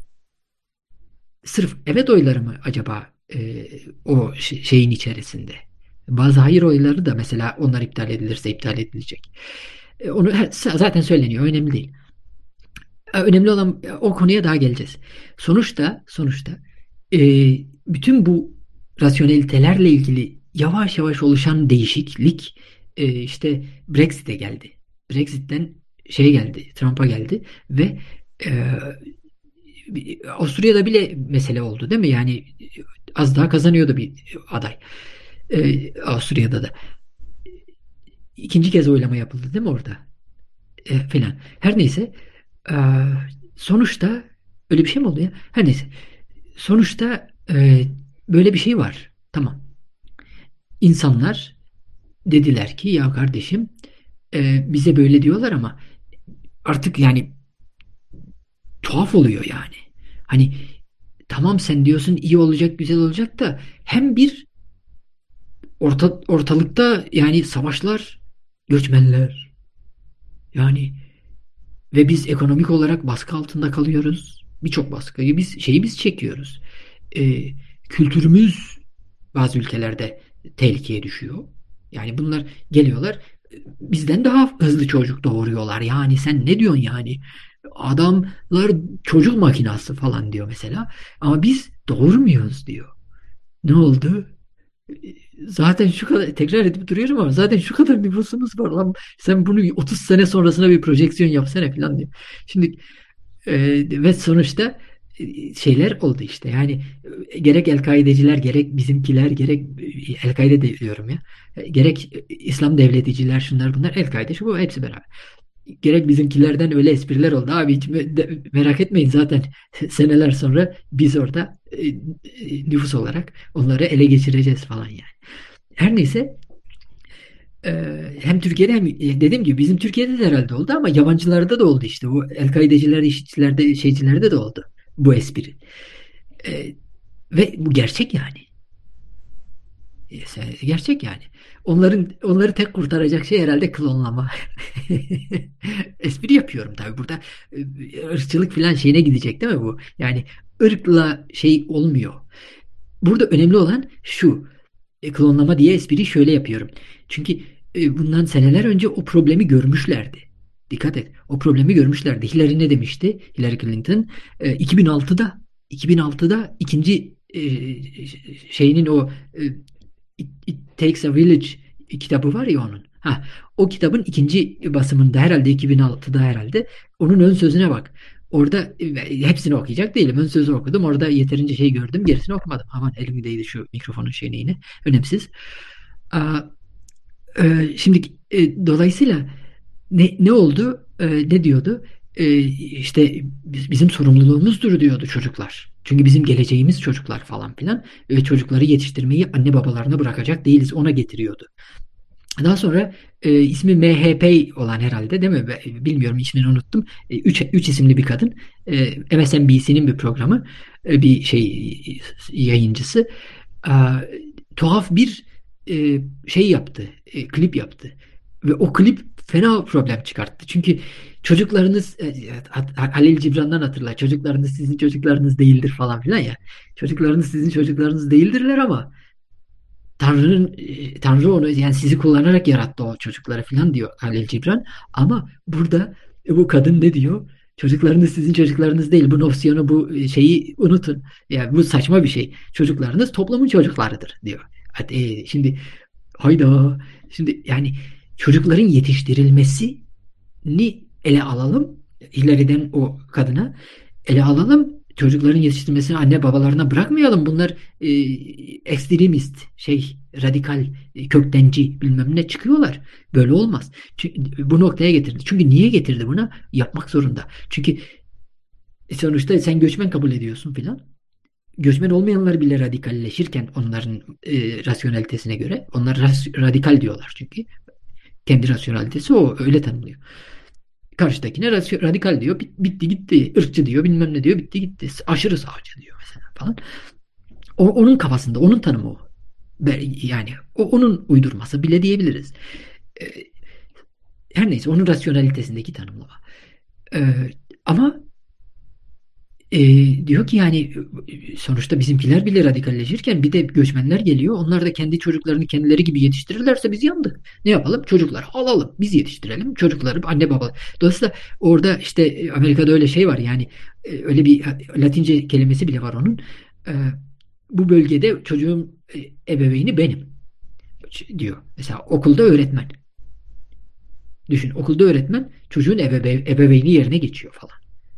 Sırf evet oyları mı acaba o şeyin içerisinde? Bazı hayır oyları da mesela onlar iptal edilirse iptal edilecek. Onu zaten söyleniyor. Önemli değil. Önemli olan o konuya daha geleceğiz. Sonuçta e, bütün bu rasyonelitelerle ilgili yavaş yavaş oluşan değişiklik işte Brexit'e geldi. Brexit'ten şeye geldi, Trump'a geldi ve e, Avusturya'da bile mesele oldu değil mi? Yani az daha kazanıyordu bir aday. Avusturya'da da. İkinci kez oylama yapıldı değil mi orada? Filan. Her neyse. e, Sonuçta öyle bir şey mi oldu ya? Her neyse. Sonuçta böyle bir şey var. Tamam. İnsanlar dediler ki ya kardeşim, bize böyle diyorlar ama artık yani tuhaf oluyor yani. Hani tamam, sen diyorsun iyi olacak, güzel olacak da hem bir ortalıkta yani savaşlar, göçmenler yani, ve biz ekonomik olarak baskı altında kalıyoruz. Birçok baskıyı biz çekiyoruz. E, Kültürümüz bazı ülkelerde tehlikeye düşüyor. Yani bunlar geliyorlar, bizden daha hızlı çocuk doğuruyorlar. Yani sen ne diyorsun yani? Adamlar çocuk makinası falan diyor mesela. Ama biz doğurmuyoruz diyor. Ne oldu? Zaten şu kadar, tekrar edip duruyorum ama zaten şu kadar nüfusumuz var lan. Sen bunu 30 sene sonrasına bir projeksiyon yapsana falan diyor. Şimdi ve sonuçta şeyler oldu işte. Yani gerek El-Kaideciler, gerek bizimkiler, gerek El-Kaide de diyorum ya. Gerek İslam devleticiler, şunlar bunlar, El-Kaide şu bu hepsi beraber. Gerek bizimkilerden öyle espriler oldu. Abi hiç merak etmeyin, zaten seneler sonra biz orada nüfus olarak onları ele geçireceğiz falan yani. Her neyse, hem Türkiye'de hem dediğim gibi bizim Türkiye'de de herhalde oldu ama yabancılarda da oldu işte. Bu El-Kaidecilerde, IŞİD'cilerde, şeycilerde de oldu bu espri. E, Ve bu gerçek yani. Gerçek yani. Onları tek kurtaracak şey herhalde klonlama. Espri yapıyorum tabii burada. Irkçılık falan şeyine gidecek değil mi bu? Yani ırkla şey olmuyor. Burada önemli olan şu. Klonlama diye espriyi şöyle yapıyorum. Çünkü bundan seneler önce o problemi görmüşlerdi. Dikkat et. O problemi görmüşlerdi. Hillary ne demişti? Hillary Clinton 2006'da ikinci şeyinin o It Takes a Village kitabı var ya onun. O kitabın ikinci basımında herhalde 2006'da herhalde onun ön sözüne bak. Orada hepsini okuyacak değilim. Ön sözü okudum. Orada yeterince şey gördüm. Gerisini okumadım. Aman elim değdi şu mikrofonun şeyine yine. Önemsiz. Aa, şimdi dolayısıyla ne oldu? Ne diyordu? İşte bizim sorumluluğumuzdur diyordu çocuklar. Çünkü bizim geleceğimiz çocuklar falan filan. Ve çocukları yetiştirmeyi anne babalarına bırakacak değiliz. Ona getiriyordu. Daha sonra ismi MHP olan herhalde değil mi? Bilmiyorum, ismini unuttum. Üç isimli bir kadın. MSNBC'nin bir programı. Bir şey yayıncısı. E, Tuhaf bir şey yaptı. Klip yaptı. Ve o klip fena problem çıkarttı. Çünkü çocuklarınız Halil Cibran'dan hatırla. Çocuklarınız sizin çocuklarınız değildir falan filan ya. Çocuklarınız sizin çocuklarınız değildirler ama Tanrı onu, yani sizi kullanarak yarattı o çocukları falan diyor Halil Cibran. Ama burada bu kadın ne diyor? Çocuklarınız sizin çocuklarınız değil. Bu nosyonu, bu şeyi unutun. Yani bu saçma bir şey. Çocuklarınız toplumun çocuklarıdır diyor. Hadi, şimdi hayda. Şimdi yani çocukların yetiştirilmesini ele alalım. İleriden o kadına ele alalım. Çocukların yetiştirmesini anne babalarına bırakmayalım. Bunlar ekstremist, radikal, köktenci bilmem ne çıkıyorlar. Böyle olmaz. Çünkü, bu noktaya getirdi. Çünkü niye getirdi buna? Yapmak zorunda. Çünkü sonuçta sen göçmen kabul ediyorsun filan. Göçmen olmayanlar bile radikalleşirken onların rasyonelitesine göre, onlar radikal diyorlar çünkü. Kendi rasyonalitesi o, öyle tanımlıyor. Karşıdakine radikal diyor. Bitti gitti. Irkçı diyor. Bilmem ne diyor. Bitti gitti. Aşırı sağcı diyor mesela falan. Onun kafasında. Onun tanımı o. Yani onun uydurması bile diyebiliriz. E, Her neyse, onun rasyonalitesindeki tanımlama. E, Ama diyor ki yani sonuçta bizimkiler bile radikalleşirken bir de göçmenler geliyor. Onlar da kendi çocuklarını kendileri gibi yetiştirirlerse biz yandık. Ne yapalım? Çocukları alalım. Biz yetiştirelim. Çocukları anne baba. Dolayısıyla orada işte Amerika'da öyle şey var. Yani öyle bir Latince kelimesi bile var onun. E, Bu bölgede çocuğun ebeveyni benim diyor. Mesela okulda öğretmen. Düşün, okulda öğretmen çocuğun ebeveyni yerine geçiyor falan.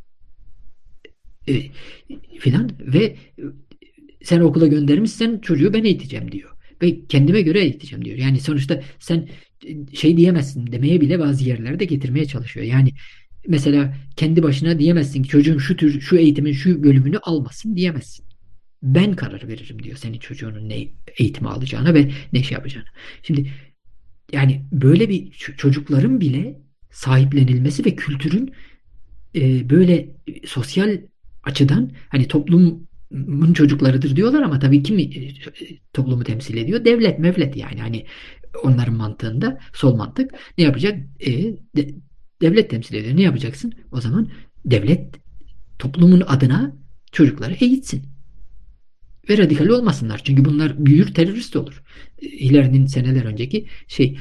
E, Filan ve sen okula göndermişsen çocuğu ben eğiteceğim diyor. Ve kendime göre eğiteceğim diyor. Yani sonuçta sen şey diyemezsin demeye bile bazı yerlerde getirmeye çalışıyor. Yani mesela kendi başına diyemezsin ki çocuğum şu tür şu eğitimin şu bölümünü almasın diyemezsin. Ben karar veririm diyor senin çocuğunun ne eğitimi alacağına ve ne şey yapacağına. Şimdi yani böyle bir çocukların bile sahiplenilmesi ve kültürün böyle sosyal açıdan, hani toplumun çocuklarıdır diyorlar ama tabii kim toplumu temsil ediyor? Devlet, mevlet, yani hani onların mantığında sol mantık ne yapacak? Devlet temsil ediyor. Ne yapacaksın? O zaman devlet toplumun adına çocukları eğitsin. Ve radikal olmasınlar. Çünkü bunlar büyür, terörist olur. Hillary'nin seneler önceki şey.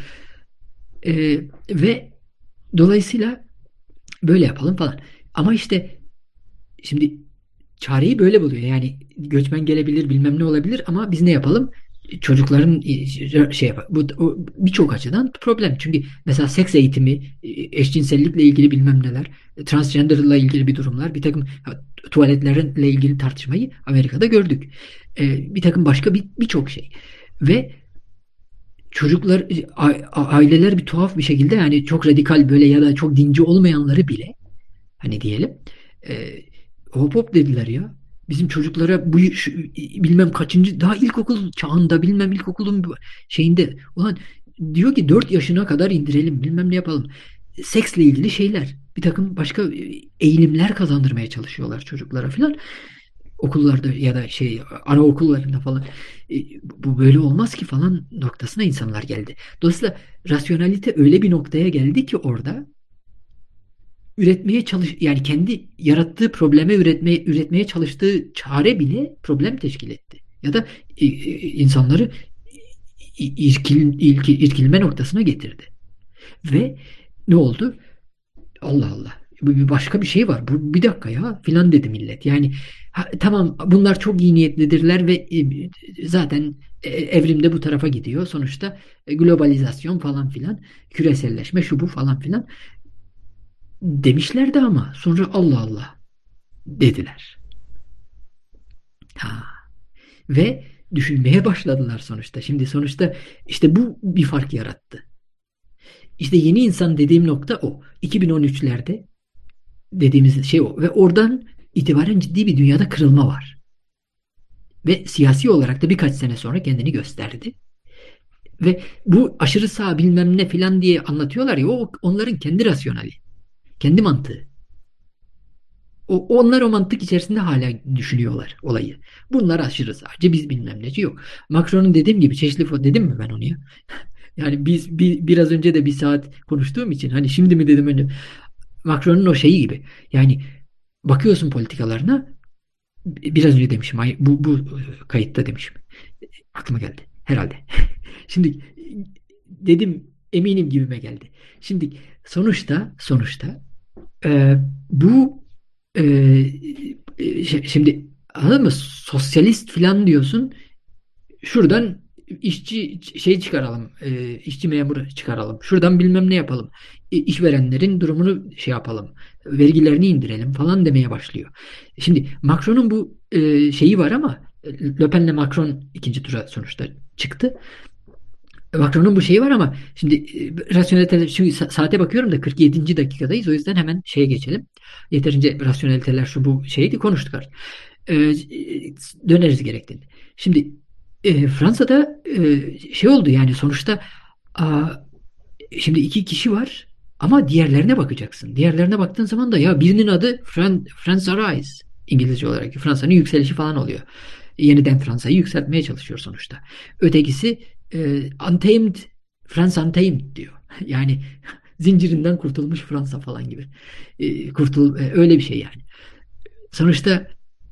Ve dolayısıyla böyle yapalım falan. Ama işte şimdi çareyi böyle buluyor. Yani göçmen gelebilir, bilmem ne olabilir ama biz ne yapalım? Çocukların şey yapar. Bu birçok açıdan problem. Çünkü mesela seks eğitimi, eşcinsellikle ilgili bilmem neler, transgenderla ilgili bir durumlar, bir takım tuvaletlerle ilgili tartışmayı Amerika'da gördük. Bir takım başka birçok şey. Ve çocuklar, aileler bir tuhaf bir şekilde, yani çok radikal böyle ya da çok dinci olmayanları bile, hani diyelim, e, hop hop dediler ya. Bizim çocuklara bilmem kaçıncı, daha ilkokul çağında, bilmem ilkokulun şeyinde, ulan diyor ki 4 yaşına kadar indirelim, bilmem ne yapalım. Seksle ilgili şeyler, bir takım başka eğilimler kazandırmaya çalışıyorlar çocuklara filan. Okullarda ya da anaokullarında falan. Bu böyle olmaz ki falan noktasına insanlar geldi. Dolayısıyla rasyonalite öyle bir noktaya geldi ki orada üretmeye yani kendi yarattığı probleme üretmeye çalıştığı çare bile problem teşkil etti. Ya da insanları irkilme noktasına getirdi. Ve ne oldu? Allah Allah. Bu bir başka bir şey var. Bu bir dakika ya filan dedi millet. Yani tamam, bunlar çok iyi niyetlidirler ve zaten evrimde bu tarafa gidiyor. Sonuçta globalizasyon falan filan, küreselleşme şu bu falan filan demişlerdi ama sonra Allah Allah. dediler. Ha. Ve düşünmeye başladılar sonuçta. Şimdi sonuçta işte bu bir fark yarattı. İşte yeni insan dediğim nokta o. 2013'lerde dediğimiz şey o. Ve oradan itibaren ciddi bir dünyada kırılma var. Ve siyasi olarak da birkaç sene sonra kendini gösterdi. Ve bu aşırı sağ bilmem ne filan diye anlatıyorlar ya, o onların kendi rasyonali. Kendi mantığı. Onlar o mantık içerisinde hala düşünüyorlar olayı. Bunlar aşırı sağcı, biz bilmem neci yok. Macron'un dediğim gibi çeşitli dedim mi ben onu ya? Yani biz biraz önce de bir saat konuştuğum için hani şimdi mi dedim önce. Macron'un o şeyi gibi. Yani bakıyorsun politikalarına, biraz önce demişim. Bu kayıtta demişim. Aklıma geldi. Herhalde. Şimdi dedim, eminim gibime geldi. Şimdi sonuçta e, bu e, şimdi anladın mı? Sosyalist falan diyorsun. Şuradan işçi şey çıkaralım, işçi memuru çıkaralım. Şuradan bilmem ne yapalım. İşverenlerin durumunu şey yapalım. Vergilerini indirelim falan demeye başlıyor. Şimdi Macron'un bu şeyi var ama Le Pen'le Macron ikinci tura sonuçta çıktı. Macron'un bu şeyi var ama şimdi rasyonelite, çünkü saate bakıyorum da 47. dakikadayız. O yüzden hemen şeye geçelim. Yeterince rasyoneliteler şu bu şeydi, konuştuk artık. E, döneriz gerektiğinde. Şimdi Fransa'da şey oldu yani sonuçta, a, şimdi iki kişi var ama diğerlerine bakacaksın. Diğerlerine baktığın zaman da ya birinin adı France Arise, İngilizce olarak Fransa'nın yükselişi falan oluyor. Yeniden Fransa'yı yükseltmeye çalışıyor sonuçta. Ötekisi Untamed, France Untamed diyor. Yani zincirinden kurtulmuş Fransa falan gibi. Öyle bir şey yani. Sonuçta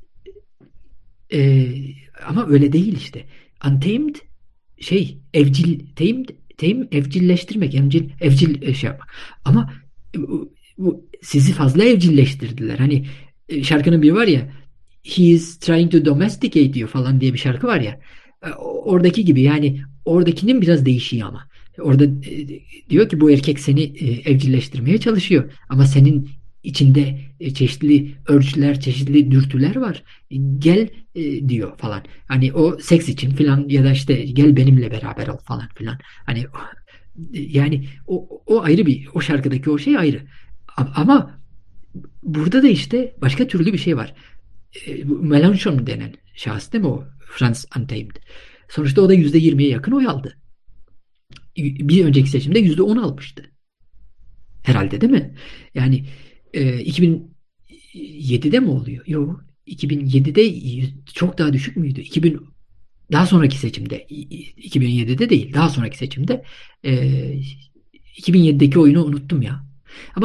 e, ama öyle değil işte. Untamed şey evcil, evcilleştirmek, evcil şey yapmak. Ama sizi fazla evcilleştirdiler. Hani şarkının bir var ya, he is trying to domesticate diyor falan diye bir şarkı var ya. Oradaki gibi yani, oradakinin biraz değişiği ama. Orada diyor ki bu erkek seni evcilleştirmeye çalışıyor. Ama senin içinde çeşitli örçüler, çeşitli dürtüler var. Gel diyor falan. Hani o seks için falan ya da işte gel benimle beraber ol falan filan. Hani yani o ayrı bir, o şarkıdaki o şey ayrı. Ama burada da işte başka türlü bir şey var. Mélenchon denen şahıs değil mi o? France Untamed. Sonuçta o da %20'ye yakın oy aldı. Bir önceki seçimde %10 almıştı. Herhalde değil mi? Yani 2007'de mi oluyor? Yok. 2007'de çok daha düşük müydü? Daha sonraki seçimde, 2007'de değil, daha sonraki seçimde, e, 2007'deki oyunu unuttum ya. Ama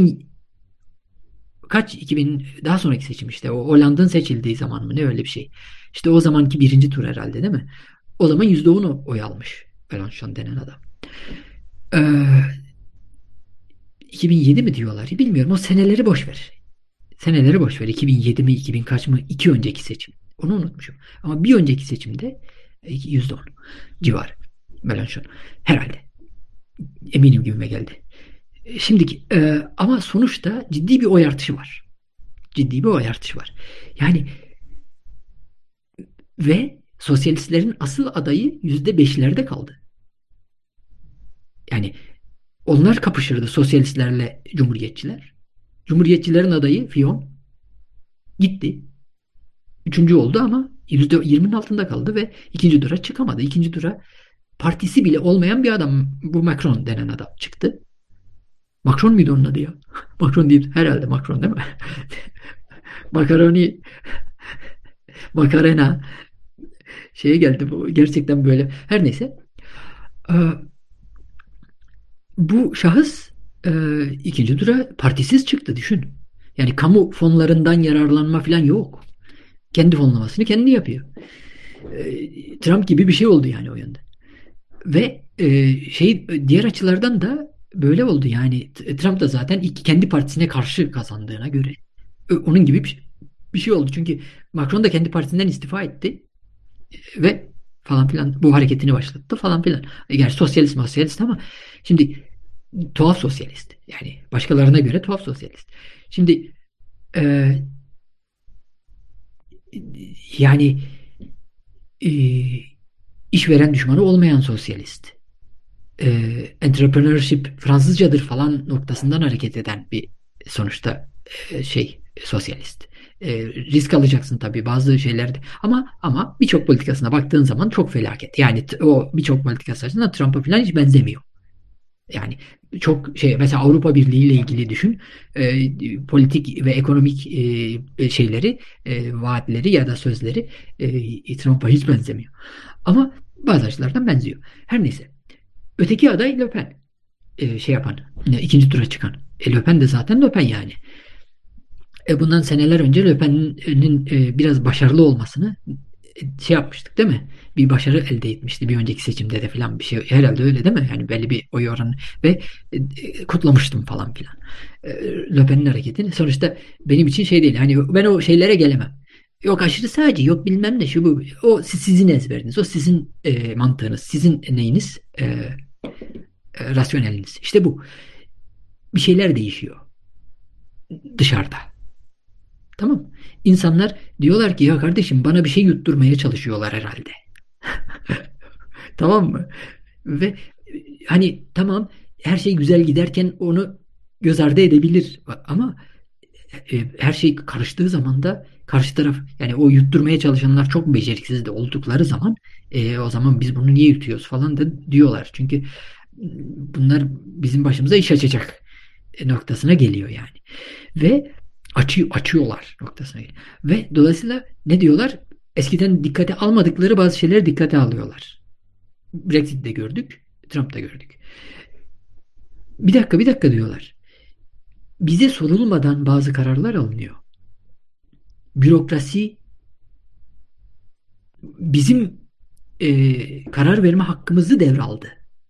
2000 daha sonraki seçim, işte o Hollanda'nın seçildiği zaman mı ne, öyle bir şey. İşte o zamanki birinci tur herhalde değil mi? O zaman %10 oy almış Mélenchon denen adam. Ee, 2007 mi diyorlar? Bilmiyorum. O seneleri boş ver. Seneleri boş ver. 2007 mi, 2000 kaç mı? İki önceki seçim. Onu unutmuşum. Ama bir önceki seçimde %10 civarı Mélenchon. Herhalde. Eminim gibime geldi. Şimdiki ama sonuçta ciddi bir oy artışı var. Ciddi bir oy artışı var. Yani ve sosyalistlerin asıl adayı %5'lerde kaldı. Yani onlar kapışırdı, sosyalistlerle cumhuriyetçiler. Cumhuriyetçilerin adayı Fillon gitti. Üçüncü oldu ama %20'nin altında kaldı ve ikinci tura çıkamadı. İkinci tura partisi bile olmayan bir adam, bu Macron denen adam çıktı. Macron muydu onun adı ya? Macron değil. Herhalde Macron değil mi? Makaroni, makarena şeye geldi bu. Gerçekten böyle. Her neyse. Ee, bu şahıs ikinci tura partisiz çıktı, düşün. Yani kamu fonlarından yararlanma falan yok. Kendi fonlamasını kendi yapıyor. Trump gibi bir şey oldu yani o yönde. Ve şey, diğer açılardan da böyle oldu. Yani Trump da zaten ilk kendi partisine karşı kazandığına göre onun gibi bir şey oldu. Çünkü Macron da kendi partisinden istifa etti ve falan filan bu hareketini başlattı falan filan. Gerçi sosyalist ama şimdi tuhaf sosyalist. Yani başkalarına göre tuhaf sosyalist. Şimdi e, Yani e, işveren düşmanı olmayan sosyalist. Entrepreneurship Fransızcadır falan noktasından hareket eden bir sonuçta sosyalist. Risk alacaksın tabii bazı şeylerde ama birçok politikasına baktığın zaman çok felaket. Yani o birçok politikası açısından Trump'a falan hiç benzemiyor. Yani çok mesela Avrupa Birliği ile ilgili düşün. Politik ve ekonomik şeyleri, vaatleri ya da sözleri Trump'a hiç benzemiyor. Ama bazı açılardan benziyor. Her neyse. Öteki aday Le Pen. Yapan, ikinci tura çıkan. Le Pen de zaten Le Pen yani. Bundan seneler önce Le Pen'in biraz başarılı olmasını yapmıştık değil mi? Bir başarı elde etmişti bir önceki seçimde de falan bir şey. Herhalde öyle değil mi? Yani belli bir oy oranı ve kutlamıştım falan filan. Le Pen'in hareketini. Sonuçta benim için şey değil. Hani ben o şeylere gelemem. Yok aşırı sağcı, yok bilmem ne şu bu. O sizin ezberiniz, o sizin mantığınız, sizin neyiniz, rasyoneliniz. İşte bu. Bir şeyler değişiyor dışarıda. Tamam. İnsanlar diyorlar ki ya kardeşim bana bir şey yutturmaya çalışıyorlar herhalde. Tamam mı? Ve hani tamam her şey güzel giderken onu göz ardı edebilir ama her şey karıştığı zaman da karşı taraf yani o yutturmaya çalışanlar çok beceriksiz de oldukları zaman o zaman biz bunu niye yutuyoruz falan da diyorlar. Çünkü bunlar bizim başımıza iş açacak noktasına geliyor yani. Ve açıyorlar noktasına geliyor. Ve dolayısıyla ne diyorlar? Eskiden dikkate almadıkları bazı şeyleri dikkate alıyorlar. Brexit'te gördük, Trump'ta gördük. Bir dakika diyorlar. Bize sorulmadan bazı kararlar alınıyor. Bürokrasi bizim karar verme hakkımızı devraldı.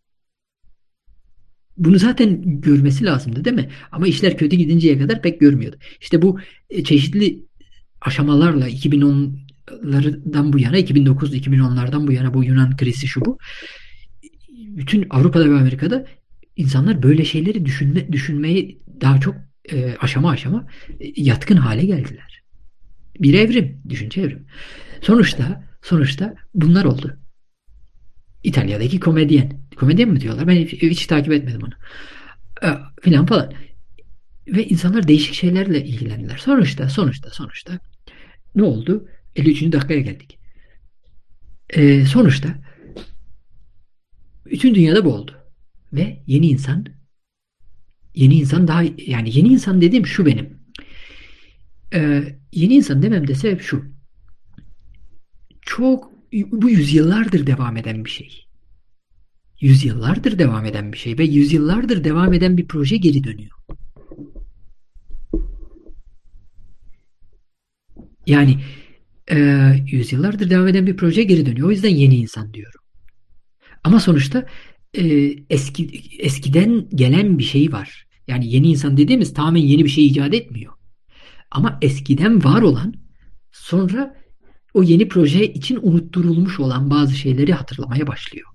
Bunu zaten görmesi lazımdı değil mi? Ama işler kötü gidinceye kadar pek görmüyordu. İşte bu çeşitli aşamalarla 2010'lardan bu yana 2009-2010'lardan bu yana bu Yunan krizi şu bu. Bütün Avrupa'da ve Amerika'da insanlar böyle şeyleri düşünmeyi daha çok aşama aşama yatkın hale geldiler. Bir evrim, düşünce evrim. Sonuçta bunlar oldu. İtalya'daki komedyen. Komedyen mi diyorlar? Ben hiç takip etmedim onu. Filan falan. Ve insanlar değişik şeylerle ilgilendiler. Sonuçta ne oldu? 53. dakikaya geldik. Sonuçta bütün dünyada bu oldu. Ve yeni insan daha yani yeni insan dediğim şu benim. Yeni insan demem de sebep şu. Çok bu yüzyıllardır devam eden bir şey. Yüzyıllardır devam eden bir şey ve yüzyıllardır devam eden bir proje geri dönüyor. Yani yüzyıllardır devam eden bir proje geri dönüyor. O yüzden yeni insan diyorum. Ama sonuçta e, eskiden gelen bir şey var. Yani yeni insan dediğimiz tamamen yeni bir şey icat etmiyor. Ama eskiden var olan sonra o yeni proje için unutturulmuş olan bazı şeyleri hatırlamaya başlıyor.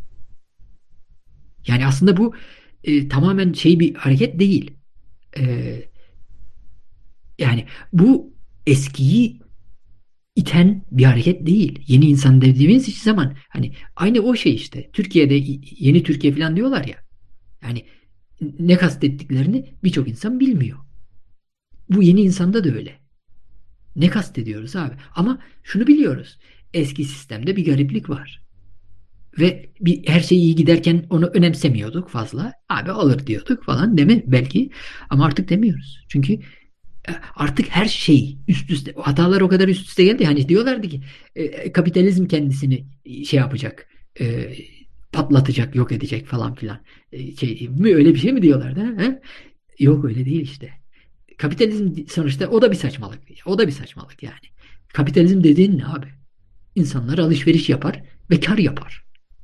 Yani aslında bu tamamen bir hareket değil. E, Yani bu eskiyi iten bir hareket değil. Yeni insan dediğimiz hiç zaman hani aynı o şey işte. Türkiye'de yeni Türkiye falan diyorlar ya. Yani ne kastettiklerini birçok insan bilmiyor. Bu yeni insanda da öyle. Ne kastediyoruz abi? Ama şunu biliyoruz. Eski sistemde bir gariplik var. Ve her şey iyi giderken onu önemsemiyorduk fazla. Abi alır diyorduk falan değil mi? Belki. Ama artık demiyoruz. Çünkü artık her şey üst üste hatalar o kadar üst üste geldi. Hani diyorlardı ki kapitalizm kendisini yapacak. Patlatacak, yok edecek falan filan. Öyle bir şey mi diyorlardı? He? Yok öyle değil işte. Kapitalizm sonuçta o da bir saçmalık. O da bir saçmalık yani. Kapitalizm dediğin ne abi? İnsanlar alışveriş yapar ve kar yapar.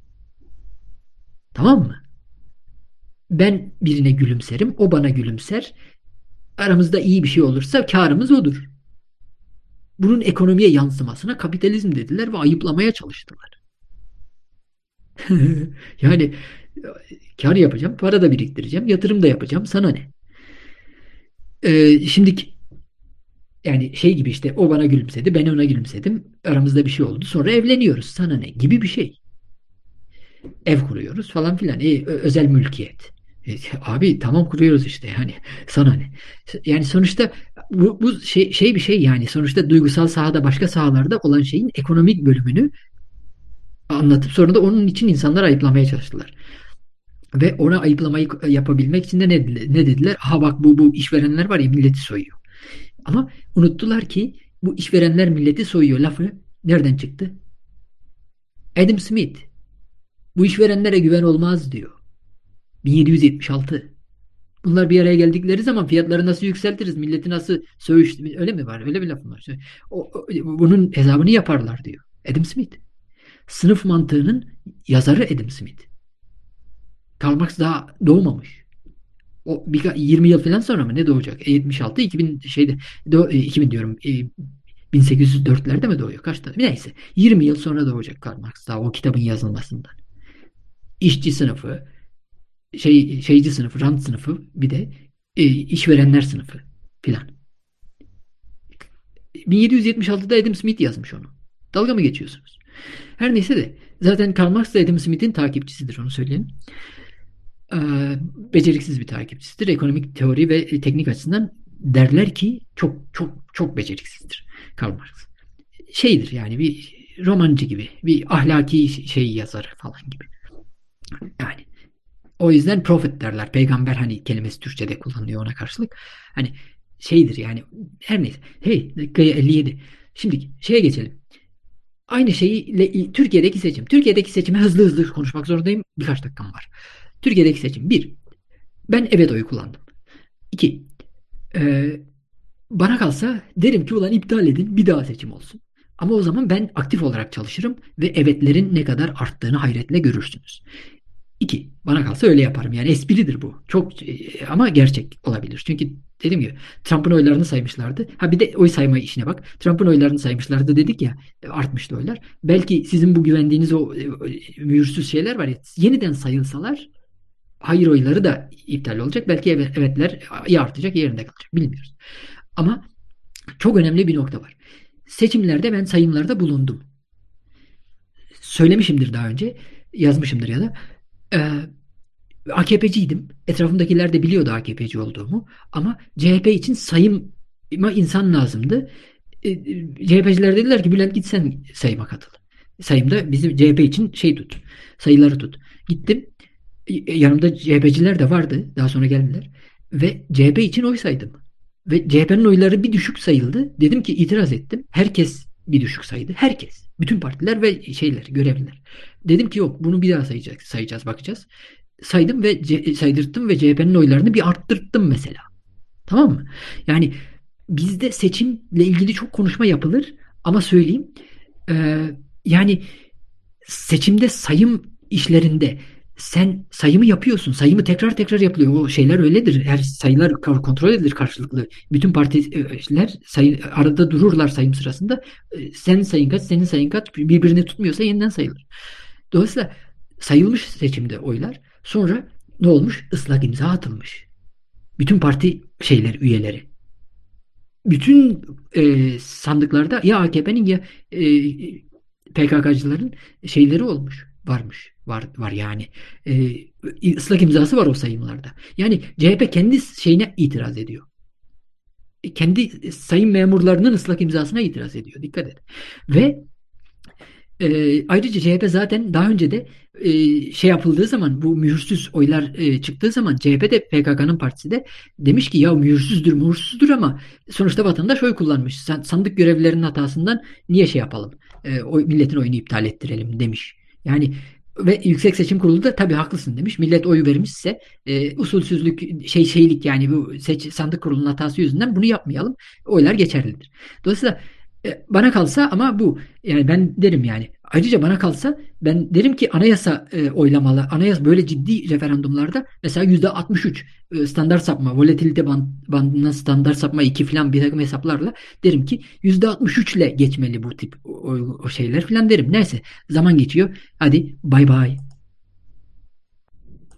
Tamam mı? Ben birine gülümserim, o bana gülümser. Aramızda iyi bir şey olursa karımız odur. Bunun ekonomiye yansımasına kapitalizm dediler ve ayıplamaya çalıştılar. Yani kar yapacağım, para da biriktireceğim, yatırım da yapacağım. Sana ne? Şimdi Yani şey gibi işte o bana gülümsedi, ben ona gülümsedim. Aramızda bir şey oldu. Sonra evleniyoruz. Sana ne gibi bir şey. Ev kuruyoruz falan filan. Özel mülkiyet. Abi tamam kuruyoruz işte yani sana ne? Yani sonuçta bu şey bir şey yani sonuçta duygusal sahada başka sahalarda olan şeyin ekonomik bölümünü anlatıp sonra da onun için insanlar ayıplamaya çalıştılar. Ve ona ayıplamayı yapabilmek için de ne dediler? Ha bak bu işverenler var ya milleti soyuyor. Ama unuttular ki bu işverenler milleti soyuyor lafı nereden çıktı? Adam Smith. Bu işverenlere güven olmaz diyor. 1776. Bunlar bir araya geldikleri zaman fiyatları nasıl yükseltiriz? Milleti nasıl söğüş öyle mi var? Öyle bir laf mı var? Bunun hesabını yaparlar diyor. Adam Smith. Sınıf mantığının yazarı Adam Smith. Karl Marx daha doğmamış. O 20 yıl falan sonra mı ne doğacak? 76 2000 şeyde 2000 diyorum. 1804'lerde mi doğuyor? Kaçta? Neyse. 20 yıl sonra doğacak Karl Marx daha o kitabın yazılmasından. İşçi sınıfı, şeyci sınıfı, rant sınıfı bir de işverenler sınıfı filan. 1776'da Adam Smith yazmış onu. Dalga mı geçiyorsunuz? Her neyse de zaten Karl Marx da Adam Smith'in takipçisidir onu söyleyelim. Beceriksiz bir takipçisidir. Ekonomik teori ve teknik açısından derler ki çok çok çok beceriksizdir Karl Marx. Şeydir yani bir romancı gibi, bir ahlaki şey yazarı falan gibi. Yani o yüzden prophet derler. Peygamber hani kelimesi Türkçe'de kullanılıyor ona karşılık. Hani şeydir yani her neyse. Hey dakikaya 57. Şimdi şeye geçelim. Aynı şeyle Türkiye'deki seçim. Türkiye'deki seçime hızlı hızlı konuşmak zorundayım. Birkaç dakikam var. Türkiye'deki seçim. Bir, ben evet oyu kullandım. İki, e, bana kalsa derim ki ulan iptal edin bir daha seçim olsun. Ama o zaman ben aktif olarak çalışırım ve evetlerin ne kadar arttığını hayretle görürsünüz. İki, bana kalsa öyle yaparım. Yani espridir bu. Çok ama gerçek olabilir. Çünkü dediğim gibi Trump'ın oylarını saymışlardı. Ha bir de oy sayma işine bak. Trump'ın oylarını saymışlardı dedik ya artmıştı oylar. Belki sizin bu güvendiğiniz o mühürsüz şeyler var ya yeniden sayılsalar hayır oyları da iptal olacak. Belki evetler ya artacak ya yerinde kalacak. Bilmiyoruz. Ama çok önemli bir nokta var. Seçimlerde ben sayımlarda bulundum. Söylemişimdir daha önce. Yazmışımdır ya da. Ee, AKP'ciydim. Etrafımdakiler de biliyordu AKP'ci olduğumu. Ama CHP için sayıma insan lazımdı. CHP'ciler dediler ki Bülent git sen sayıma katıl. Sayımda bizim CHP için şey tut. Sayıları tut. Gittim. Yanımda CHP'ciler de vardı. Daha sonra geldiler. Ve CHP için oy saydım. Ve CHP'nin oyları bir düşük sayıldı. Dedim ki itiraz ettim. Herkes bir düşük saydı. Herkes. Bütün partiler ve şeyler, görevliler. Dedim ki yok bunu bir daha sayacağız bakacağız. Saydım ve saydırttım ve CHP'nin oylarını bir arttırttım mesela. Tamam mı? Yani bizde seçimle ilgili çok konuşma yapılır ama söyleyeyim yani seçimde sayım işlerinde sen sayımı yapıyorsun. Sayımı tekrar tekrar yapılıyor. O şeyler öyledir. Her sayılar kontrol edilir karşılıklı. Bütün partiler arada dururlar sayım sırasında. Senin sayın kaç, senin sayın kaç birbirini tutmuyorsa yeniden sayılır. Dolayısıyla sayılmış seçimde oylar. Sonra ne olmuş? Islak imza atılmış. Bütün parti üyeleri. Bütün sandıklarda ya AKP'nin ya PKK'cıların şeyleri olmuş. Varmış. Var yani. Islak imzası var o sayımlarda. Yani CHP kendi şeyine itiraz ediyor. Kendi sayım memurlarının ıslak imzasına itiraz ediyor. Dikkat et. Ve ayrıca CHP zaten daha önce de şey yapıldığı zaman bu mühürsüz oylar çıktığı zaman CHP de PKK'nın partisi de demiş ki ya mühürsüzdür ama sonuçta vatandaş oy kullanmış. Sandık görevlilerinin hatasından niye şey yapalım? Milletin oyunu iptal ettirelim demiş. Yani ve Yüksek Seçim Kurulu da tabii haklısın demiş. Millet oy vermişse usulsüzlük şeylik yani bu sandık kurulunun hatası yüzünden bunu yapmayalım. Oylar geçerlidir. Dolayısıyla bana kalsa ama bu yani ben derim yani ayrıca bana kalsa ben derim ki anayasa oylamalı. Anayasa böyle ciddi referandumlarda mesela %63 standart sapma, volatilite bandına standart sapma 2 falan bir takım hesaplarla derim ki %63 ile geçmeli bu tip o şeyler falan derim. Neyse zaman geçiyor. Hadi bay bay.